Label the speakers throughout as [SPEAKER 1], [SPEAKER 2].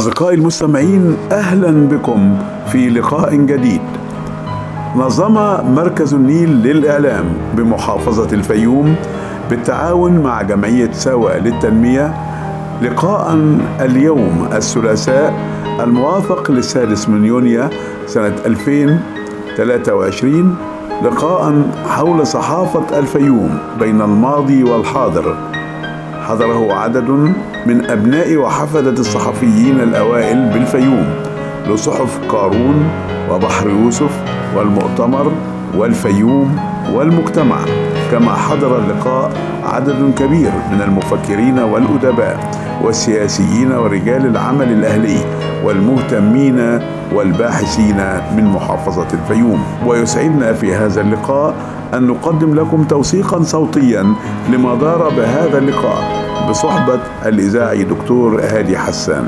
[SPEAKER 1] أصدقائي المستمعين، أهلا بكم في لقاء جديد. نظم مركز النيل للإعلام بمحافظة الفيوم بالتعاون مع جمعية سوا للتنمية لقاء اليوم الثلاثاء الموافق للسادس من يونيو سنة 2023، لقاء حول صحافة الفيوم بين الماضي والحاضر. حضره عدد من أبناء وحفدة الصحفيين الأوائل بالفيوم لصحف قارون وبحر يوسف والمؤتمر والفيوم والمجتمع، كما حضر اللقاء عدد كبير من المفكرين والأدباء والسياسيين ورجال العمل الأهلي والمهتمين والباحثين من محافظة الفيوم. ويسعدنا في هذا اللقاء أن نقدم لكم توثيقا صوتيا لما دار بهذا اللقاء بصحبة الإذاعي دكتور هادي حسان.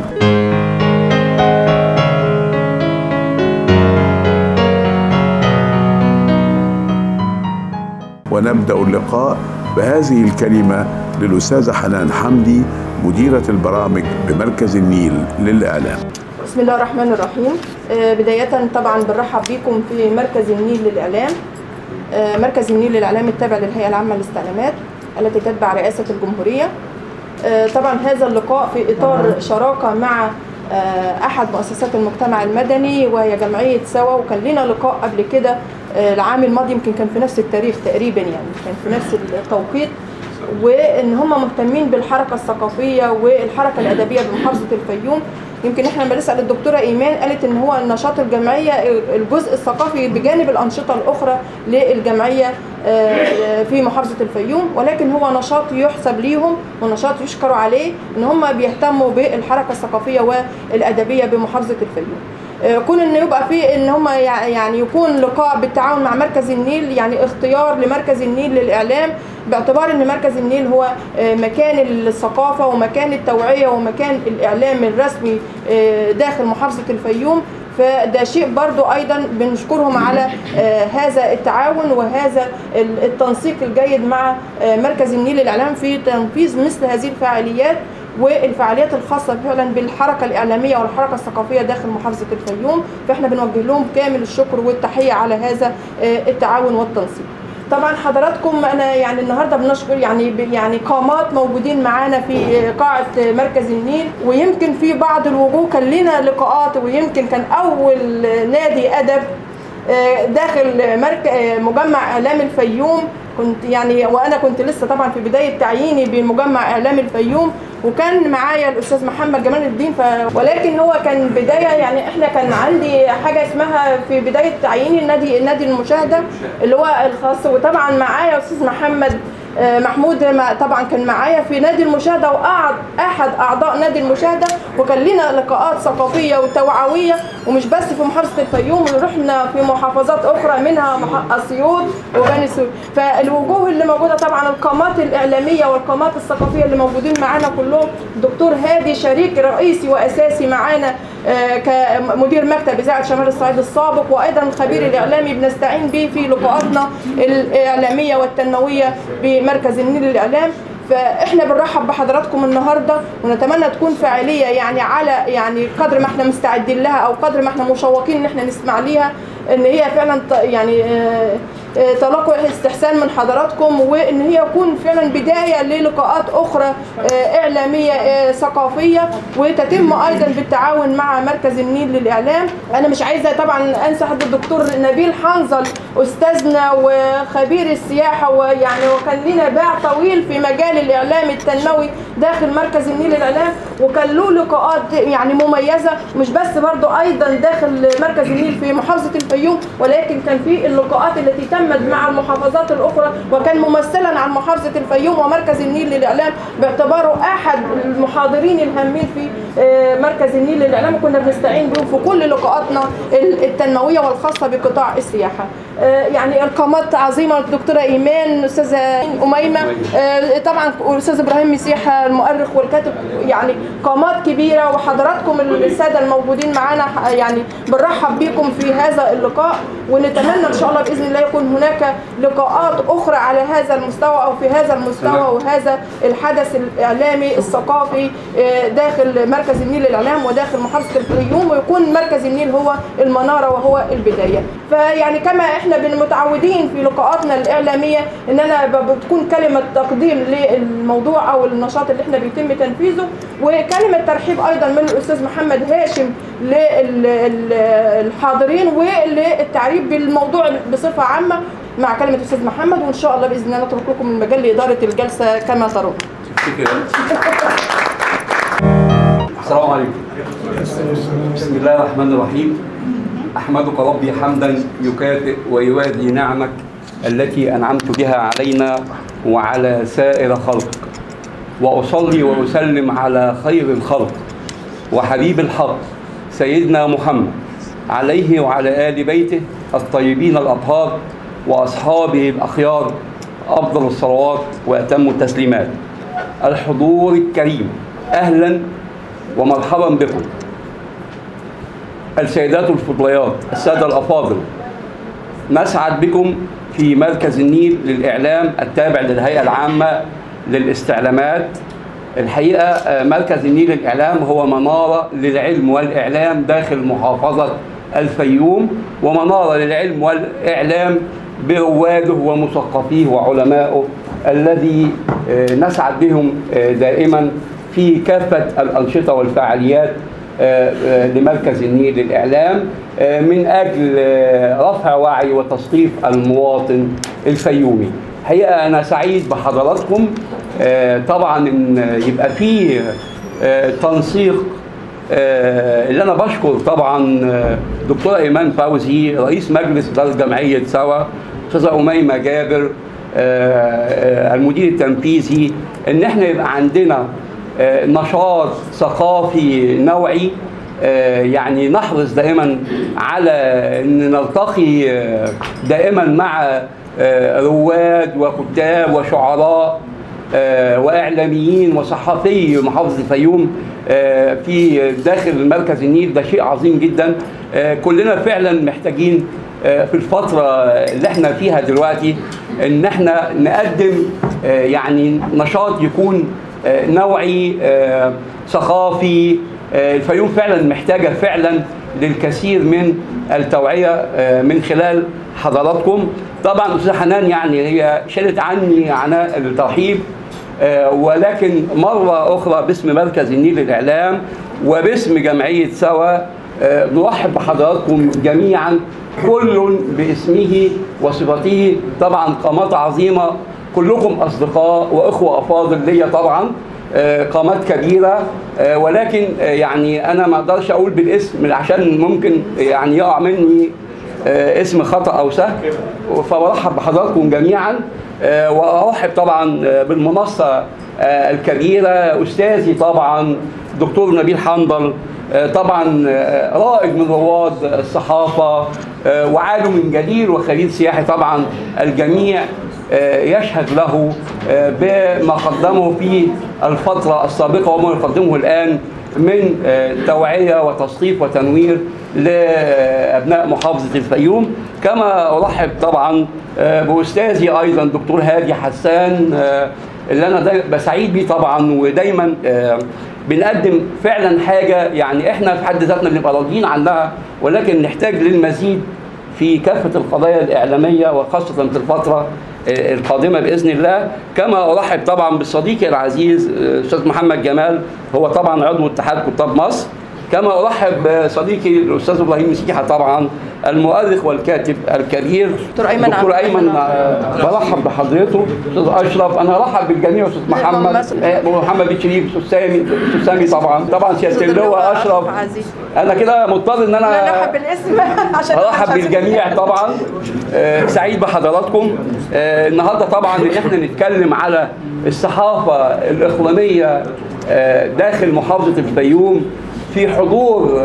[SPEAKER 1] ونبدأ اللقاء بهذه الكلمة للأستاذة حنان حمدي، مديرة البرامج بمركز النيل للإعلام.
[SPEAKER 2] بسم الله الرحمن الرحيم. بداية طبعا بنرحب بكم في مركز النيل للإعلام. مركز النيل للإعلام التابع للهيئة العامة للاستعلامات التي تتبع رئاسة الجمهورية. طبعا هذا اللقاء في إطار شراكة مع أحد مؤسسات المجتمع المدني وهي جمعية سوا، وكان لنا لقاء قبل كده العام الماضي، يمكن كان في نفس التاريخ تقريبا، يعني كان في نفس التوقيت، وإن هم مهتمين بالحركة الثقافية والحركة الأدبية بمحافظة الفيوم. يمكن احنا لما نسأل الدكتورة إيمان قالت إن هو النشاط الجمعية الجزء الثقافي بجانب الأنشطة الأخرى للجمعية في محافظة الفيوم، ولكن هو نشاط يحسب ليهم ونشاط يشكروا عليه إن هم بيهتموا بالحركة الثقافية والأدبية بمحافظة الفيوم. كون إن يبقى فيه إن هم يعني يكون لقاء بالتعاون مع مركز النيل، يعني اختيار لمركز النيل للإعلام، باعتبار ان مركز النيل هو مكان الثقافة ومكان التوعية ومكان الإعلام الرسمي داخل محافظة الفيوم. فده شيء برضو أيضا بنشكرهم على هذا التعاون وهذا التنسيق الجيد مع مركز النيل للإعلام في تنفيذ مثل هذه الفعاليات والفعاليات الخاصة فعلا بالحركة الإعلامية والحركة الثقافية داخل محافظة الفيوم. فإحنا بنوجه لهم كامل الشكر والتحية على هذا التعاون والتنسيق. طبعا حضراتكم انا يعني النهارده بنشكر يعني قامات موجودين معانا في قاعه مركز النيل، ويمكن في بعض الوجوه كان لنا لقاءات، ويمكن كان اول نادي ادب داخل مجمع اعلام الفيوم. كنت يعني وانا كنت لسه طبعا في بدايه تعييني بمجمع اعلام الفيوم، وكان معايا الاستاذ محمد جمال الدين. ولكن هو كان بدايه، يعني احنا كان عندي حاجه اسمها في بدايه تعييني نادي المشاهده اللي هو الخاص، وطبعا معايا الاستاذ محمد محمود طبعا كان معايا في نادي المشاهده، وقعد احد اعضاء نادي المشاهده، وكان لنا لقاءات ثقافيه وتوعويه، ومش بس في محافظه الفيوم، ورحنا في محافظات اخرى منها اسيوط وبني سويف. فالوجوه اللي موجوده طبعا القامات الاعلاميه والقامات الثقافيه اللي موجودين معانا كلهم. الدكتور هادي شريك رئيسي واساسي معانا كمدير مكتب اذاعه شمال الصعيد السابق، وايضا الخبير الاعلامي بنستعين به في لقاءاتنا الاعلاميه والتنمويه بمركز النيل للإعلام. فاحنا بنرحب بحضراتكم النهارده، ونتمنى تكون فعاليه يعني على قدر ما احنا مستعدين لها، او قدر ما احنا مشوقين ان احنا نسمع ليها، ان هي فعلا يعني تلقوا استحسان من حضراتكم، وان هي يكون فعلا بدايه للقاءات اخرى اعلاميه ثقافيه، وتتم ايضا بالتعاون مع مركز النيل للاعلام. انا مش عايزه طبعا انسى حد الدكتور نبيل حنظل استاذنا وخبير السياحه، ويعني وكان لنا باع طويل في مجال الاعلام التنموي داخل مركز النيل للاعلام، وكان له لقاءات يعني مميزه، مش بس برضو ايضا داخل مركز النيل في محافظه الفيوم، ولكن كان في اللقاءات التي تمت مع المحافظات الاخرى، وكان ممثلا عن محافظه الفيوم ومركز النيل للاعلام باعتباره احد المحاضرين الهامين في مركز النيل للاعلام، وكنا بنستعين بهم في كل لقاءاتنا التنمويه والخاصه بقطاع السياحه. يعني القامات عظيمه، الدكتوره ايمان، استاذه اميمه، طبعا الاستاذ ابراهيم مسيحه المؤرخ والكاتب، يعني قامات كبيره، وحضراتكم الساده الموجودين معانا يعني بنرحب بكم في هذا اللقاء، ونتمنى ان شاء الله باذن الله يكون هناك لقاءات اخرى على هذا المستوى او في هذا المستوى وهذا الحدث الاعلامي الثقافي داخل مركز النيل للاعلام وداخل محافظه الفيوم، ويكون مركز النيل هو المناره وهو البدايه. فيعني كما احنا متعودين في لقاءاتنا الاعلاميه اننا بتكون كلمه تقديم للموضوع او النشاط اللي احنا بيتم تنفيذه، وكلمه ترحيب ايضا من الاستاذ محمد هاشم للحاضرين وللتعريف بالموضوع بصفه عامه مع كلمه الاستاذ محمد، وان شاء الله باذن الله نترك لكم المجال لاداره الجلسه كما ترون.
[SPEAKER 3] السلام عليكم. بسم الله الرحمن الرحيم. أحمدك ربي حمدا يكافئ ويوازي نعمك التي أنعمت بها علينا وعلى سائر خلقك، وأصلي وأسلم على خير الخلق وحبيب الحق سيدنا محمد عليه وعلى آل بيته الطيبين الأطهار وأصحابه الأخيار أفضل الصلوات وأتم التسليمات. الحضور الكريم، أهلا ومرحبا بكم. السيدات الفضليات، السادة الأفاضل، نسعد بكم في مركز النيل للإعلام التابع للهيئة العامة للاستعلامات. الحقيقة مركز النيل للإعلام هو منارة للعلم والإعلام داخل محافظة الفيوم، ومنارة للعلم والإعلام برواده ومثقفيه وعلمائه الذي نسعد بهم دائما في كافة الأنشطة والفعاليات لمركز النيل للإعلام من أجل رفع وعي وتثقيف المواطن الفيومي. الحقيقة أنا سعيد بحضراتكم. طبعا إن يبقى فيه تنسيق، اللي أنا بشكر طبعا دكتورة إيمان فوزي رئيس مجلس إدارة جمعية سوا، أستاذة أميمة جابر المدير التنفيذي، إن إحنا يبقى عندنا نشاط ثقافي نوعي. يعني نحرص دائما على ان نلتقي دائما مع رواد وكتاب وشعراء واعلاميين وصحفي محافظه الفيوم في داخل مركز النيل. ده شيء عظيم جدا. كلنا فعلا محتاجين في الفتره اللي احنا فيها دلوقتي ان احنا نقدم يعني نشاط يكون نوعي ثقافي. الفيوم فعلا محتاجة فعلا للكثير من التوعية من خلال حضراتكم. طبعا أستاذة حنان يعني هي شالت عني عناء الترحيب، ولكن مرة أخرى باسم مركز النيل للإعلام وباسم جمعية سوا نرحب بحضراتكم جميعا كل باسمه وصفته. طبعا قامات عظيمة، كلكم أصدقاء وإخوة أفاضل ليا طبعا، قامات كبيرة، ولكن يعني أنا ما أقدرش أقول بالاسم عشان ممكن يعني يقع مني اسم خطأ أو سهل. فبرحب بحضراتكم جميعا، وأرحب طبعا بالمنصة الكبيرة أستاذي طبعا دكتور نبيل حنظل، طبعا رائد من رواد الصحافة وعالم جليل وخبير سياحي. طبعا الجميع يشهد له بما قدمه في الفترة السابقة وما يقدمه الآن من توعية وتثقيف وتنوير لأبناء محافظة الفيوم. كما أرحب طبعا بأستاذي أيضا دكتور هادي حسان اللي أنا بسعيد بيه طبعا، ودايما بنقدم فعلا حاجة يعني إحنا في حد ذاتنا بنبقى راضيين عنها، ولكن نحتاج للمزيد في كافة القضايا الإعلامية وخاصة في الفترة القادمة بإذن الله. كما أرحب طبعا بصديقي العزيز أستاذ محمد جمال، هو طبعا عضو اتحاد كتاب مصر. كما أرحب بصديقي الأستاذ إبراهيم مسيحة طبعا المؤرخ والكاتب الكبير. دكتور أيمن برحب بحضرته. أستاذ أشرف، أنا أرحب بالجميع. أستاذ محمد بن شريف، أستاذ سامي طبعا سيادة اللواء أشرف. أنا كده مضطر إن أنا
[SPEAKER 2] نرحب بالاسم عشان
[SPEAKER 3] أرحب بالجميع طبعا. سعيد بحضراتكم. النهارده طبعا إن إحنا نتكلم على الصحافة الإقليمية داخل محافظة الفيوم في حضور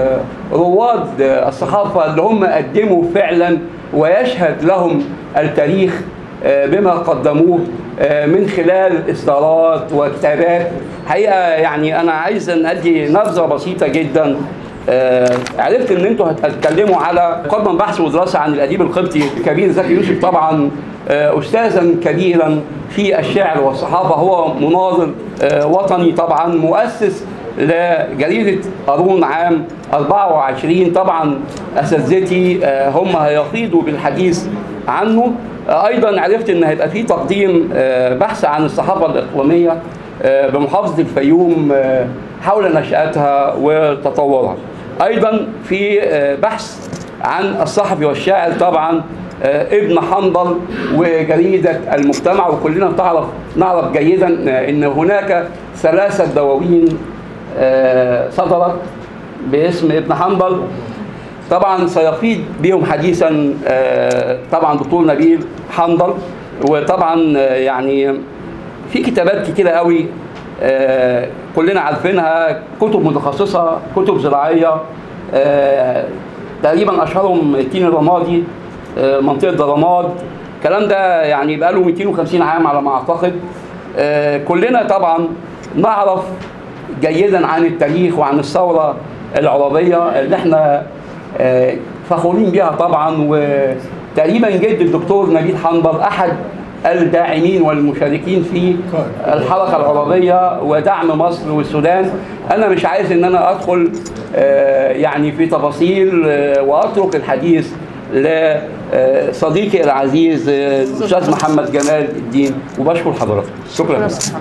[SPEAKER 3] رواد الصحافة اللي هم قدموا فعلا ويشهد لهم التاريخ بما قدموه من خلال إصدارات وكتابات. حقيقة يعني أنا عايز أن أدي نبذة بسيطة جدا. عرفت ان انتوا هتتكلموا على مقدم بحث ودراسه عن الاديب القبطي الكبير زكي يوسف، طبعا استاذا كبيرا في الشعر والصحافه، هو مناظر وطني طبعا، مؤسس لجريده قارون عام 24. طبعا اساتذتي هم هيفيضوا بالحديث عنه. ايضا عرفت ان هيبقى في تقديم بحث عن الصحافه الاقليميه بمحافظه الفيوم حول نشأتها وتطورها. ايضا في بحث عن الصحفي والشاعر طبعا ابن حنظل وجريدة المجتمع، وكلنا نعرف جيدا ان هناك 3 دواوين صدرت باسم ابن حنظل. طبعا سيفيض بهم حديثا طبعا دكتور نبيل حنظل. وطبعا يعني في كتابات كتيرة قوي كلنا عارفينها، كتب متخصصة، كتب زراعية، تقريبا أشهرهم التين الرمادي، منطقة دراماد. الكلام ده يعني بقاله 250 عام على ما أعتقد. كلنا طبعا نعرف جيدا عن التاريخ وعن الثورة العربية اللي احنا فخورين بها طبعا. وتقريبا جد الدكتور نبيل حنظل أحد الداعمين والمشاركين في الحركة العربية ودعم مصر والسودان. أنا مش عايز إن أنا أدخل يعني في تفاصيل وأترك الحديث لصديقي العزيز الأستاذ محمد جمال الدين، وبشكر حضرتك. شكرا جزيلا.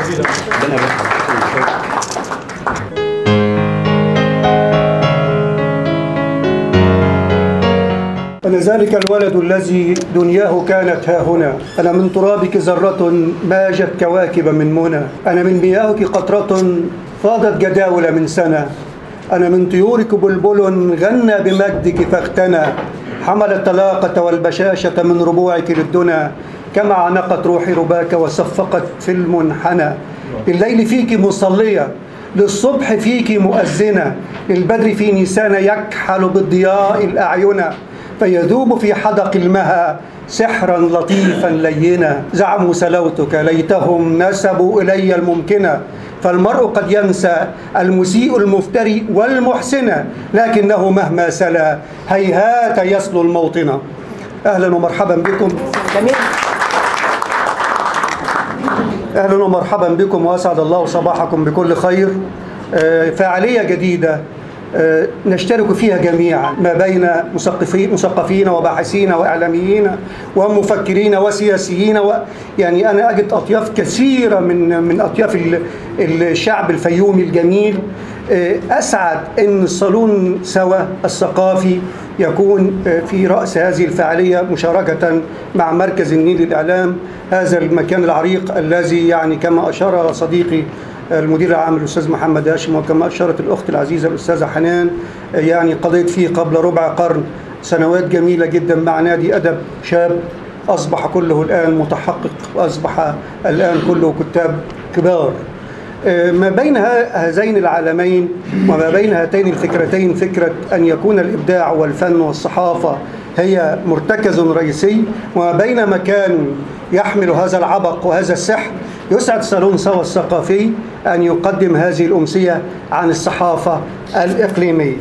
[SPEAKER 4] أنا ذلك الولد الذي دنياه كانت هاهنا، أنا من ترابك ذرة ماجت كواكب من منى، أنا من مياهك قطرة فاضت جداول من سنة، أنا من طيورك بلبل غنى بمجدك فاغتنى، حمل الطلاقة والبشاشة من ربوعك للدنا، كما عنقت روحي رباك وصفقت في المنحنى، الليل فيك مصلية، للصبح فيك مؤذنة، للبدر في نيسان يكحل بالضياء الأعين، فيذوب في حدق المها سحرا لطيفا لينا، زعموا سلوتك ليتهم نسبوا إلي الممكنة، فالمرء قد ينسى المسيء المفتري والمحسن، لكنه مهما سلا هيهات يسلو الموطن. أهلا ومرحبا بكم. أهلا ومرحبا بكم، وأسعد الله صباحكم بكل خير. فعالية جديدة نشترك فيها جميعا، ما بين مثقفين وباحثين وإعلاميين ومفكرين وسياسيين يعني أنا أجد أطياف كثيرة من أطياف الشعب الفيومي الجميل. أسعد أن الصالون سوا الثقافي يكون في رأس هذه الفعالية مشاركة مع مركز النيل للإعلام، هذا المكان العريق الذي يعني كما أشار صديقي المدير العام الأستاذ محمد هاشم وكما أشارت الأخت العزيزة الأستاذة حنان، يعني قضيت فيه قبل ربع قرن سنوات جميلة جدا مع نادي أدب شاب أصبح كله الآن متحقق، وأصبح الآن كله كتاب كبار. ما بين هذين العالمين وما بين هاتين الفكرتين، فكرة أن يكون الإبداع والفن والصحافة هي مرتكز رئيسي، وما بين مكان يحمل هذا العبق وهذا السحر، يسعد صالون سوا الثقافي أن يقدم هذه الأمسية عن الصحافة الإقليمية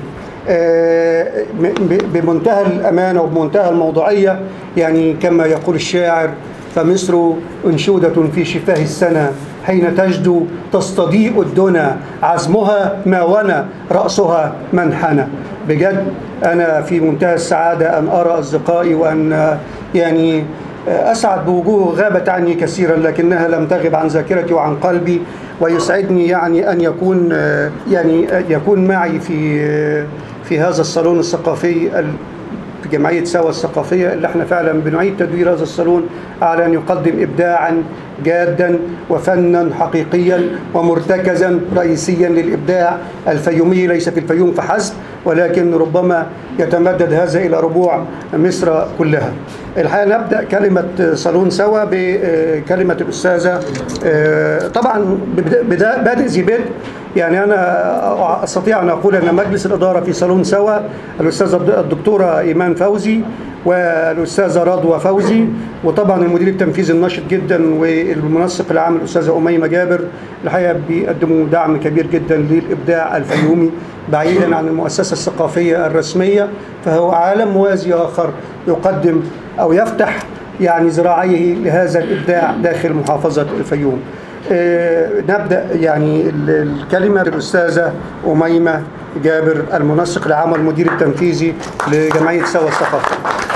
[SPEAKER 4] بمنتهى الأمانة وبمنتهى الموضوعية. يعني كما يقول الشاعر: فمصر أنشودة في شفاه السنة، حين تجدو تستضيء الدنا، عزمها ما ونى، رأسها منحنى. بجد أنا في منتهى السعادة أن أرى أصدقائي، وأن يعني أسعد بوجوه غابت عني كثيرا لكنها لم تغب عن ذاكرتي وعن قلبي، ويسعدني يعني أن يكون معي في هذا الصالون الثقافي في جمعية سوا الثقافية، اللي احنا فعلا بنعيد تدوير هذا الصالون على أن يقدم إبداعا جادا وفنا حقيقيا ومرتكزا رئيسيا للإبداع الفيومي، ليس في الفيوم فحسب ولكن ربما يتمدد هذا إلى ربوع مصر كلها. الحقيقة نبدأ كلمة صالون سوا بكلمة الأستاذة، طبعا بادئ ذي بدء، يعني أنا أستطيع أن أقول أن مجلس الإدارة في صالون سوا الأستاذة الدكتورة إيمان فوزي والأستاذة رضوى فوزي، وطبعا المدير التنفيذي الناشط جدا والمنسق العام الأستاذة أميمة جابر، الحقيقة بيقدموا دعم كبير جدا للإبداع الفيومي بعيدا عن المؤسسة الثقافية الرسمية، فهو عالم موازي آخر يقدم أو يفتح يعني ذراعيه لهذا الإبداع داخل محافظة الفيوم. نبدأ يعني الكلمة للأستاذة أميمة جابر المنسق العام والمدير التنفيذي لجمعية سوا الثقافة.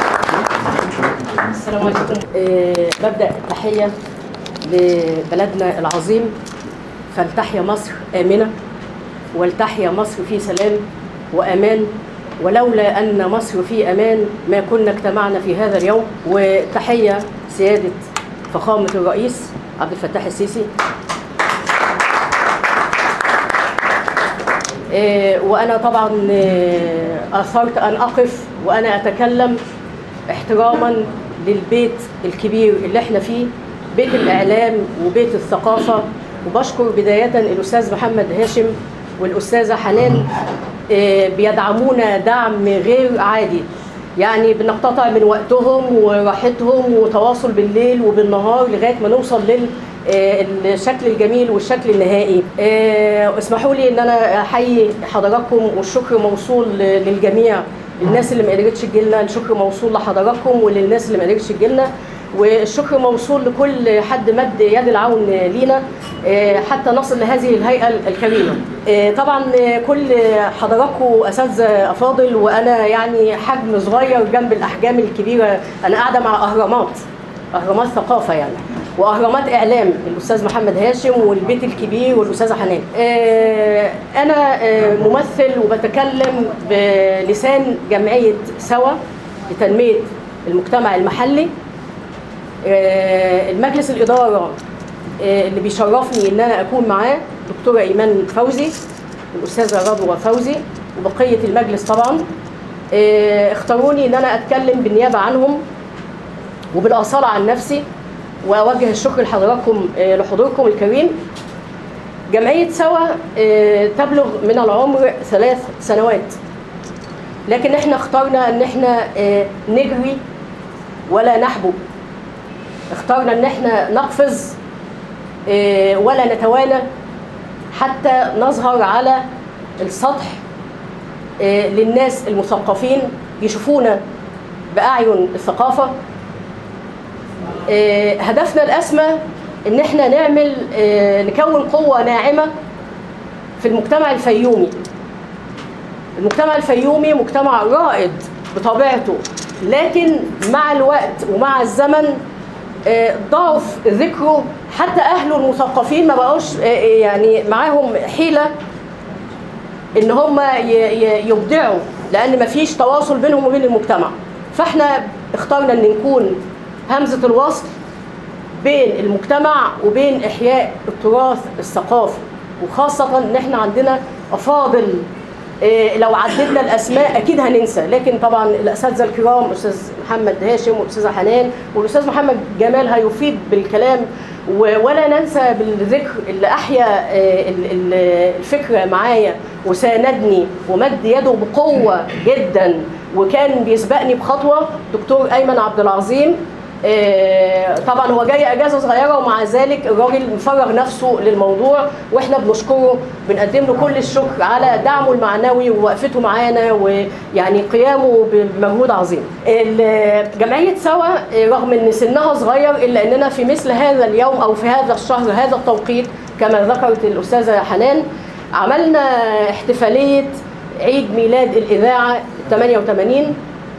[SPEAKER 5] السلام عليكم. ببدأ التحية لبلدنا العظيم، فلتحيا مصر آمنة ولتحيا مصر في سلام وأمان، ولولا أن مصر في أمان ما كنا اجتمعنا في هذا اليوم. وتحية سيادة فخامة الرئيس عبد الفتاح السيسي. وأنا طبعا أثرت أن أقف وأنا أتكلم احتراما للبيت الكبير اللي احنا فيه، بيت الإعلام وبيت الثقافة. وبشكر بداية الأستاذ محمد هاشم والأستاذة حنان، بيدعمونا دعم غير عادي، يعني بنقتطع من وقتهم وراحتهم وتواصل بالليل وبالنهار لغاية ما نوصل للشكل الجميل والشكل النهائي. اسمحوا لي ان انا احيي حضراتكم، والشكر موصول للجميع. الناس اللي ما قدرتش تجيلنا الشكر موصول لحضراتكم، وللناس اللي ما قدرتش تجيلنا والشكر موصول لكل حد مد يد العون لينا حتى نصل لهذه الهيئة الكريمة. طبعا كل حضراتكم أساتذة أفاضل، وأنا يعني حجم صغير جنب الأحجام الكبيرة. أنا قاعدة مع أهرامات ثقافة يعني، وأهرامات إعلام الأستاذ محمد هاشم والبيت الكبير والأستاذة حنان. أنا ممثل وبتكلم بلسان جمعية سوا لتنمية المجتمع المحلي. المجلس الإدارة اللي بيشرفني إن أنا أكون معاه دكتورة إيمان فوزي والأستاذة رضوى فوزي وبقية المجلس طبعا اختاروني إن أنا أتكلم بالنيابة عنهم وبالأصالة عن نفسي، وأوجه الشكر لحضراتكم لحضوركم الكريم. جمعية سوا تبلغ من العمر 3 سنوات، لكن احنا اخترنا ان احنا نجري ولا نحبو، اخترنا ان احنا نقفز ولا نتوانى حتى نظهر على السطح للناس المثقفين يشوفونا بأعين الثقافة. هدفنا الأسمى ان احنا نكون قوة ناعمة في المجتمع الفيومي. المجتمع الفيومي مجتمع رائد بطبيعته، لكن مع الوقت ومع الزمن ضعف ذكره، حتى أهله المثقفين ما بقوش يعني معاهم حيلة إن هم يبدعوا، لأن ما فيش تواصل بينهم وبين المجتمع. فإحنا اخترنا إن نكون همزة الوصل بين المجتمع وبين إحياء التراث الثقافي، وخاصة إن إحنا عندنا أفاضل لو عددنا الاسماء اكيد هننسى، لكن طبعا الاساتذه الكرام الاستاذ محمد هاشم والاستاذه حنان والاستاذ محمد جمال هيفيد بالكلام، ولا ننسى بالذكر اللي احيا الفكره معايا وساندني ومد يده بقوه جدا وكان بيسبقني بخطوه، دكتور ايمن عبد العظيم. طبعا هو جاي اجازه صغيره ومع ذلك الراجل مفرغ نفسه للموضوع، واحنا بنشكره، بنقدم له كل الشكر على دعمه المعنوي ووقفته معانا ويعني قيامه بمجهود عظيم. جمعيه سوا رغم ان سنها صغير الا اننا في مثل هذا اليوم او في هذا الشهر هذا التوقيت كما ذكرت الاستاذه حنان عملنا احتفاليه عيد ميلاد الاذاعه 88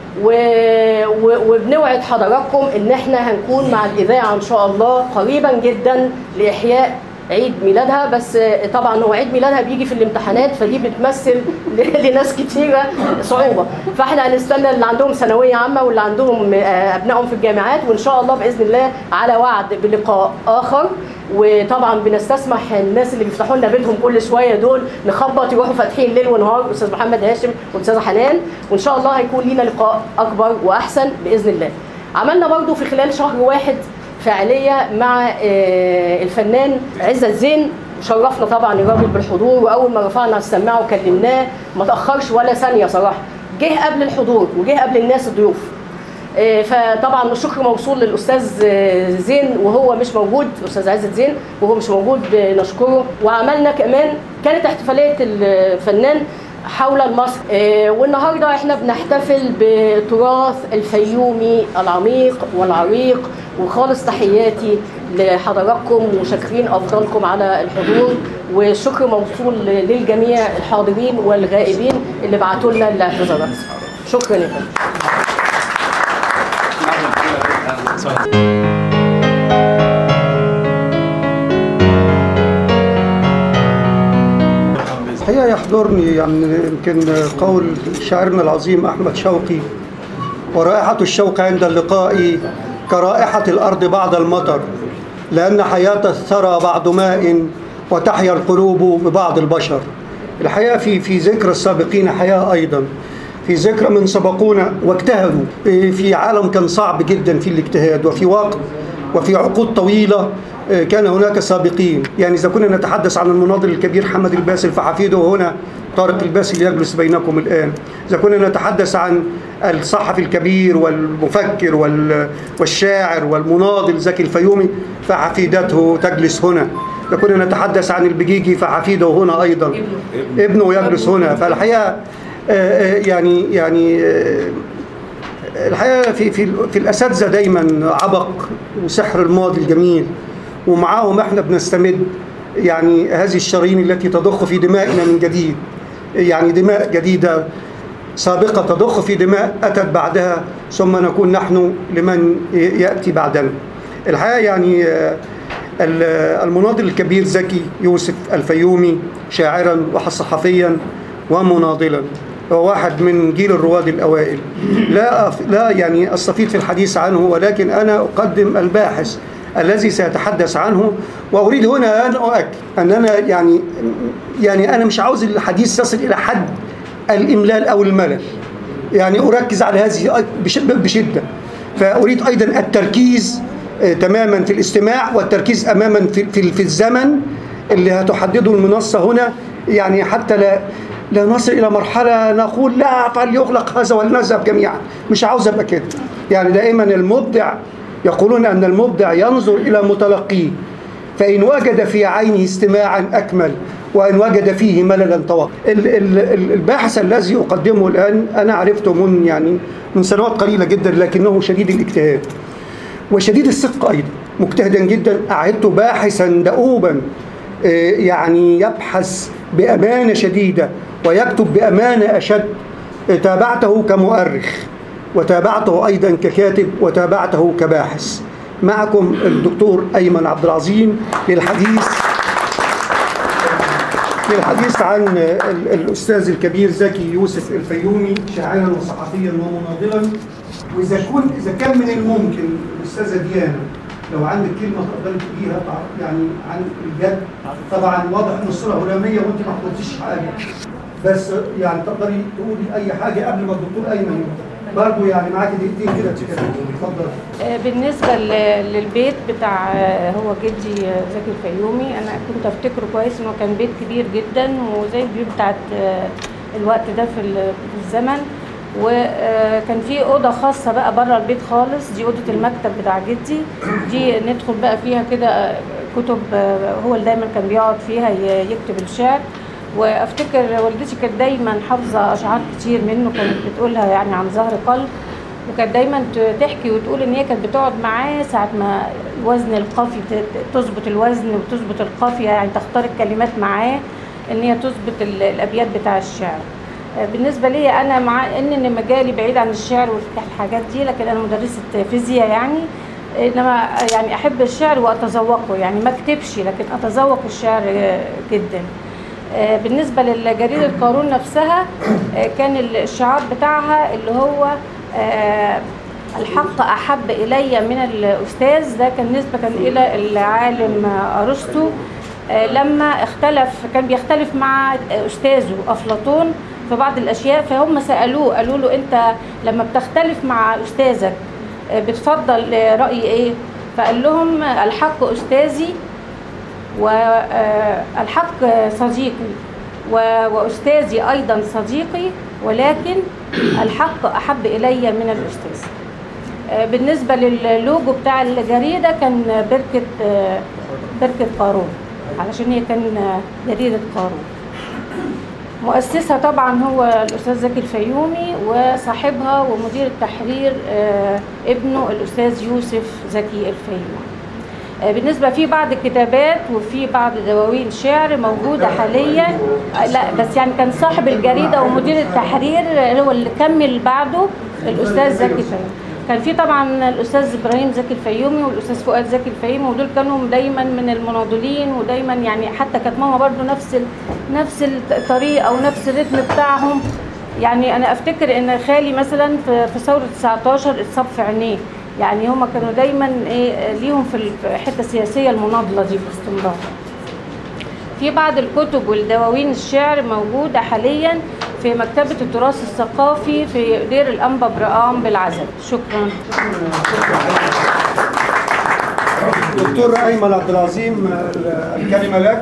[SPEAKER 5] وبنوعد حضراتكم ان احنا هنكون مع الاذاعه ان شاء الله قريبا جدا لاحياء عيد ميلادها. بس طبعا هو عيد ميلادها بيجي في الامتحانات، فدي بتمثل لناس كتيره صعوبه، فاحنا هنستنى اللي عندهم ثانويه عامه واللي عندهم ابنائهم في الجامعات، وان شاء الله باذن الله على وعد بلقاء اخر. وطبعا بنستسمح الناس اللي بيفتحوا لنا بيتهم كل شويه دول نخبط يروحوا فاتحين ليل ونهار، استاذ محمد هاشم والاستاذه حنان، وان شاء الله هيكون لينا لقاء اكبر واحسن باذن الله. عملنا برضو في خلال شهر واحد فعاليه مع الفنان عزت زين وشرفنا طبعا الراجل بالحضور، واول ما رفعنا السماعه وكلمناه ما تاخرش ولا ثانيه صراحه، جه قبل الحضور وجه قبل الناس الضيوف. فطبعا الشكر موصول للاستاذ زين وهو مش موجود، الاستاذ عزت زين وهو مش موجود نشكره. وعملنا كمان كانت احتفاليه الفنان حول المسرح، والنهارده احنا بنحتفل بتراث الفيومي العميق والعريق، وخالص تحياتي لحضراتكم وشاكرين افضلكم على الحضور، والشكر موصول للجميع الحاضرين والغائبين اللي بعتوا لنا الاعتذارات. شكرا يا فندم.
[SPEAKER 4] الحقيقة يحضرني يعني يمكن قول شاعرنا العظيم أحمد شوقي: ورائحة الشوق عند اللقاء كرائحة الأرض بعد المطر، لأن حياة الثرى بعد ماء وتحيا القلوب ببعض البشر. الحقيقة في ذكر السابقين حياة أيضا، في ذكر من سبقونا واجتهدوا في عالم كان صعب جدا في الاجتهاد، وفي وقت وفي عقود طويلة كان هناك سابقين. يعني إذا كنا نتحدث عن المناضل الكبير حمد الباسل فحفيده هنا طارق الباسل يجلس بينكم الآن، إذا كنا نتحدث عن الصحفي الكبير والمفكر والشاعر والمناضل زكي الفيومي فحفيدته تجلس هنا، إذا كنا نتحدث عن البجيجي فحفيده هنا أيضا ابنه يجلس هنا. فالحقيقة يعني الحقيقة في الأساتذة دايما عبق وسحر الماضي الجميل، ومعاهم احنا بنستمد يعني هذه الشرايين التي تضخ في دمائنا من جديد، يعني دماء جديدة سابقة تضخ في دماء أتت بعدها، ثم نكون نحن لمن يأتي بعدنا. الحقيقة يعني المناضل الكبير زكي يوسف الفيومي شاعرا وصحفيا ومناضلا، هو واحد من جيل الرواد الأوائل، لا يعني أستفيد في الحديث عنه، ولكن أنا أقدم الباحث الذي سيتحدث عنه. وأريد هنا أن أؤكد أن أنا يعني أنا مش عاوز الحديث يصل إلى حد الإملال أو الملل، يعني أركز على هذه بشدة. فأريد أيضا التركيز تماما في الاستماع، والتركيز أماما في الزمن اللي هتحدده المنصة هنا، يعني حتى لا نصل إلى مرحلة نقول لا فليغلق هذا ولنذهب جميعا. مش عاوز أبقى كده. يعني دائما المبدع يقولون أن المبدع ينظر إلى متلقيه، فإن وجد في عينه استماعا أكمل، وإن وجد فيه مللا توقف. الباحث الذي يقدمه الآن أنا عرفته من سنوات قليلة جدا، لكنه شديد الاجتهاد وشديد الصدق أيضا، مجتهدا جدا. أعدته باحثا دؤوبا، يعني يبحث بأمانة شديدة ويكتب بأمانة أشد. تابعته كمؤرخ، وتابعته أيضا ككاتب، وتابعته كباحث. معكم الدكتور أيمن عبد العظيم للحديث عن الأستاذ الكبير زكي يوسف الفيومي شاعرا وصحفيا ومناضلا. وإذا كان من الممكن الأستاذة ديانا لو عندك كلمة تقدري تقوليها يعني عن الجد. طبعا واضح ان الصورة هلامية وانت ما قلتيش حاجة، بس يعني تقدري تقولي أي حاجة قبل ما الدكتور أيمن برضه يعني معاكي دقيقتين كده تتكلمي. اتفضل.
[SPEAKER 6] بالنسبة للبيت بتاع هو جدي زكي الفيومي، أنا كنت أفتكره كويس إنه كان بيت كبير جدا وزي البيوت بتاعت الوقت ده في الزمن، وكان في أوضة خاصة بقى بره البيت خالص، دي أوضة المكتب بتاع جدي، دي ندخل بقى فيها كده كتب هو اللي دايما كان بيقعد فيها يكتب الشعر. وافتكر والدتي كانت دايما حافظه اشعار كتير منه، كانت بتقولها يعني عن ظهر قلب، وكانت دايما تحكي وتقول ان هي كانت بتقعد معاه ساعه ما الوزن القافي تظبط الوزن وتظبط القافيه، يعني تختار الكلمات معاه ان هي تظبط الابيات بتاع الشعر. بالنسبه لي انا مع ان مجالي بعيد عن الشعر والحاجات دي، لكن انا مدرسه فيزياء يعني، انما يعني احب الشعر واتذوقه، يعني ما اكتبش لكن اتذوق الشعر جدا. بالنسبة للجريدة قارون نفسها، كان الشعار بتاعها اللي هو الحق أحب إلي من الأستاذ، ده كان نسبة إلى العالم أرسطو لما كان بيختلف مع أستاذه أفلاطون في بعض الأشياء، فهم سألوه قالوا له أنت لما بتختلف مع أستاذك بتفضل رأي إيه؟ فقال لهم الحق أستاذي والحق صديقي وأستاذي أيضا صديقي، ولكن الحق أحب إلي من الأستاذ. بالنسبة للوجو بتاع الجريدة كان بركة قارون، علشان هي كان جريدة قارون. مؤسسها طبعا هو الأستاذ زكي الفيومي، وصاحبها ومدير التحرير ابنه الأستاذ يوسف زكي الفيومي. بالنسبة في بعض الكتابات وفي بعض دواوين شعر موجودة حاليا، لا بس يعني كان صاحب الجريدة ومدير التحرير هو اللي كمل بعده الأستاذ زكي الفيومي. كان في طبعا الأستاذ إبراهيم زكي الفيومي والأستاذ فؤاد زكي الفيومي، ودول كانوا دايما من المناضلين، ودايما يعني حتى كانت ماما برضو نفس الطريقة أو نفس الريتم بتاعهم. يعني أنا أفتكر إن خالي مثلا في ثورة 19 اتصاب في عينيه، يعني هما كانوا دايما ليهم في الحته السياسيه المناضله دي باستمرار. في بعض الكتب والدواوين الشعر موجوده حاليا في مكتبه التراث الثقافي في دير الانبا برقام بالعزب. شكرا.
[SPEAKER 4] دكتور أيمن عبد العظيم، الكلمه لك.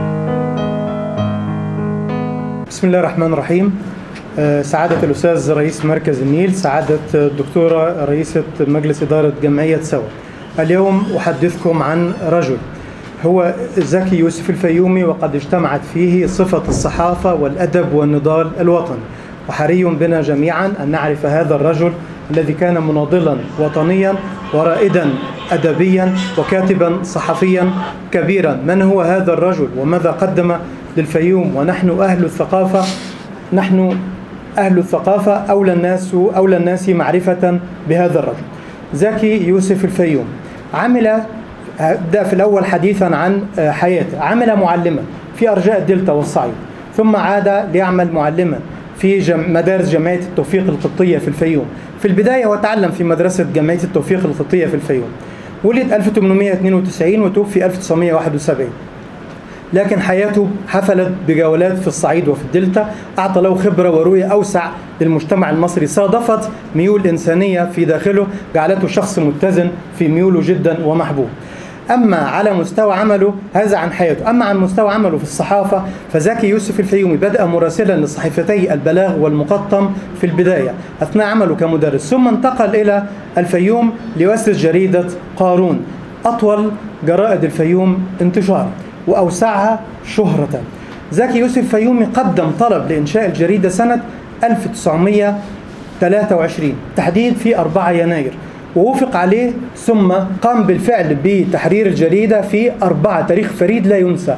[SPEAKER 7] بسم الله الرحمن الرحيم. سعادة الأستاذ رئيس مركز النيل، سعادة الدكتورة رئيسة مجلس إدارة جمعية سوا، اليوم أحدثكم عن رجل هو زكي يوسف الفيومي، وقد اجتمعت فيه صفة الصحافة والأدب والنضال الوطني، وحري بنا جميعا أن نعرف هذا الرجل الذي كان مناضلا وطنيا ورائدا أدبيا وكاتبا صحفيا كبيرا. من هو هذا الرجل وماذا قدم للفيوم؟ ونحن أهل الثقافة، نحن أهل الثقافة أولى الناس معرفة بهذا الرجل. زكي يوسف الفيوم أبدأ في الأول حديثا عن حياته. عمل معلما في أرجاء الدلتا والصعيد، ثم عاد ليعمل معلما في مدارس جمعية التوفيق القبطية في الفيوم. في البداية هو تعلم في مدرسة جمعية التوفيق القبطية في الفيوم. ولد 1892 وتوفي 1971. لكن حياته حفلت بجولات في الصعيد وفي الدلتا، أعطى له خبرة ورؤية أوسع للمجتمع المصري، صادفت ميول إنسانية في داخله جعلته شخص متزن في ميوله جدا ومحبوب. أما على مستوى عمله، هذا عن حياته. أما عن مستوى عمله في الصحافة، فزكي يوسف الفيومي بدأ مراسلا لصحيفتي البلاغ والمقطم في البداية أثناء عمله كمدرس، ثم انتقل إلى الفيوم ليؤسس جريدة قارون، أطول جرائد الفيوم انتشارا وأوسعها شهرة. زكي يوسف الفيومي قدم طلب لإنشاء الجريدة سنة 1923 تحديد في 4 يناير، ووافق عليه، ثم قام بالفعل بتحرير الجريدة في 4 تاريخ فريد لا ينسى